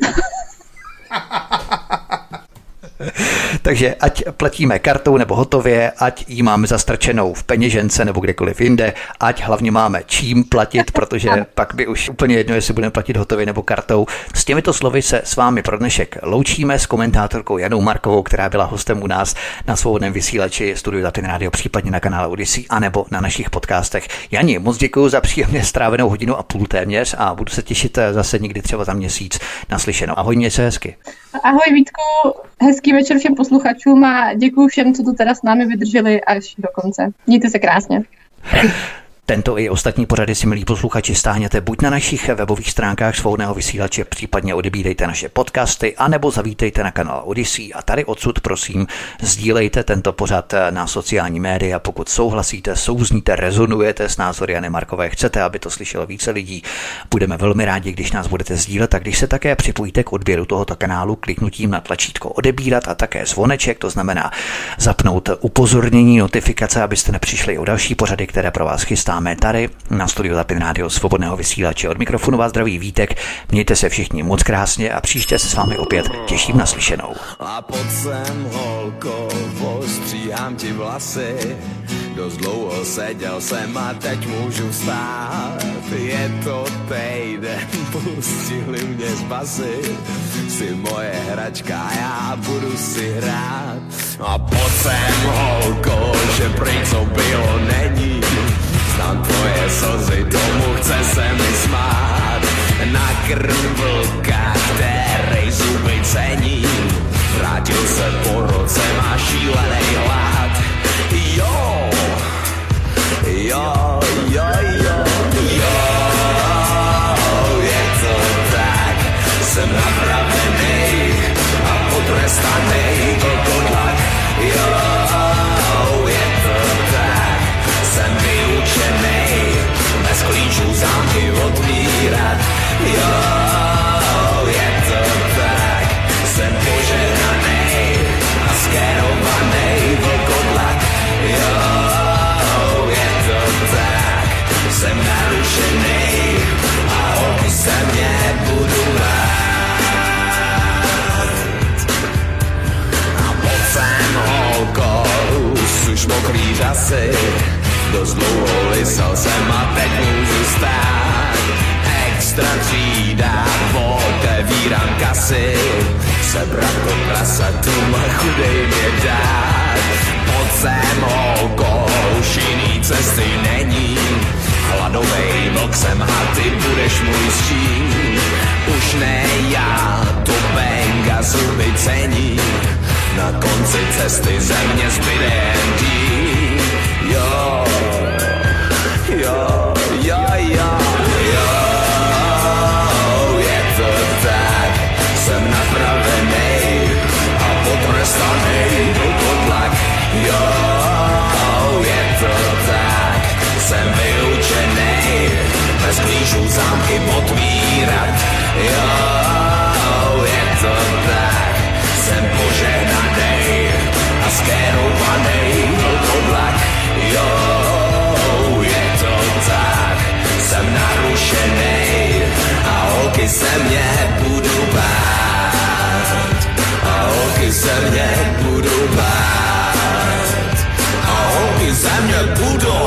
Takže ať platíme kartou nebo hotově, ať ji máme zastrčenou v peněžence nebo kdekoliv jinde, ať hlavně máme čím platit, protože pak by už úplně jedno, jestli budeme platit hotově nebo kartou. S těmito slovy se s vámi pro dnešek loučíme s komentátorkou Janou Markovou, která byla hostem u nás na Svobodném vysílači Studiu Tapin Radio, případně na kanále Odyssey, anebo na našich podcastech. Jani, moc děkuji za příjemně strávenou hodinu a půl téměř a budu se těšit zase někdy třeba za měsíc naslyšenou. Ahoj, měj se hezky. Ahoj Vítku, hezký večer všem posluchačům a děkuji všem, co tu teda s námi vydrželi až do konce. Mějte se krásně. Tento i ostatní pořady si, milí posluchači, stáhněte buď na našich webových stránkách Svobodného vysílače, případně odebírejte naše podcasty, anebo zavítejte na kanál Odyssey a tady odsud prosím sdílejte tento pořad na sociální média, pokud souhlasíte, souzníte, rezonujete s názory Jany Markové, chcete, aby to slyšelo více lidí. Budeme velmi rádi, když nás budete sdílet a když se také připojíte k odběru tohoto kanálu kliknutím na tlačítko odebírat a také zvoneček, to znamená zapnout upozornění, notifikace, abyste nepřišli o další pořady, které pro vás chystá. Máme tady na Studiu Tapin Radio Svobodného vysílače. Od mikrofonu vás zdraví Vítek. Mějte se všichni moc krásně a příště se s vámi opět těším na slyšenou. A pod sem, holko, postříhám ti vlasy. Dost dlouho seděl jsem a teď můžu vstát. Je to týden, pustili mě z basy. Jsi moje hračka a já budu si hrát. A pod sem, holko, že pryč co bylo není. Znám tvoje slzy, tomu chce se mi smát. Na krm vlka, který zuby cení. Vrátil se po roce, má šílený hlad. Jo, jo, jo, jo, jo. Je to tak, jsem napravený a potrestaný vlkodlak. Jo, je to tak, jsem vyučenej, bez klíčů zámky otvírat. Jo, je to tak, jsem požehnanej a skérovanej vlkodlak. Jo, je to tak, jsem narušenej a holky se mě budu bát. A pod sem, holko, už mokrý řasy. Dost dlouho lysal jsem a teď můžu stát. Extra třída, otevírám kasy. Sebrat to prasatům a chudej mě dát. Pod sem, holko, už jiný cesty není. Hladovej vlk jsem a ty budeš můj stín. Už ne já, to benga zuby cení. na konci cesty země zbyde jen dík. Jo, jo, jo, jo, jo, je to tak, jsem napravenej a potrestanej do kotlak. Jo, je to tak, jsem vyučenej, bez klíčů zámky otvírat. Jo, je to tak, jsem požehnanej a skérovanej vlkodlak. Jo, je to tak, jsem narušenej a holky se mě budou bát. A holky se mě budou bát. A holky se mě budou.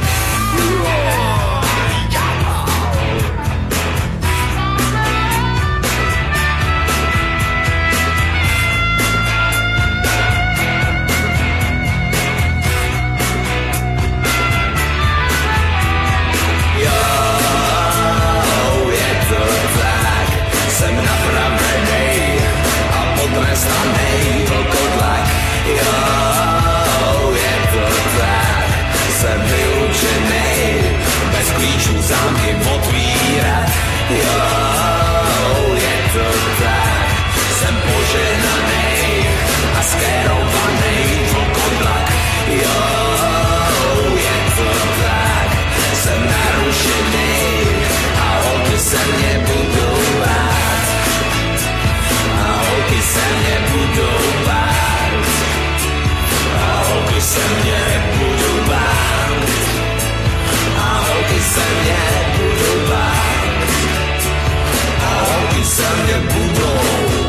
Potrestanej vlkodlak. Jo, je to tak, jsem vyučenej, bez klíčů zámky otvírat. Jo, je to tak, jsem požehnanej a skérovanej vlkodlak. Jo, je to tak, jsem narušenej a holky se mě budou bát. A holky se mě budou bát. A holky se mě budou bát. A holky se mě budou bát. A holky se mě budou.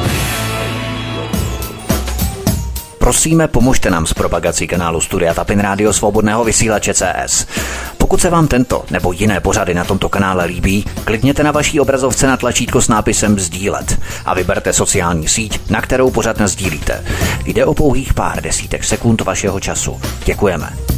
Prosíme, pomožte nám s propagací kanálu Studia Tapin Rádio Svobodného vysílače C S. Pokud se vám tento nebo jiné pořady na tomto kanále líbí, klikněte na vaší obrazovce na tlačítko s nápisem sdílet a vyberte sociální síť, na kterou pořad nasdílíte. Jde o pouhých pár desítek sekund vašeho času. Děkujeme.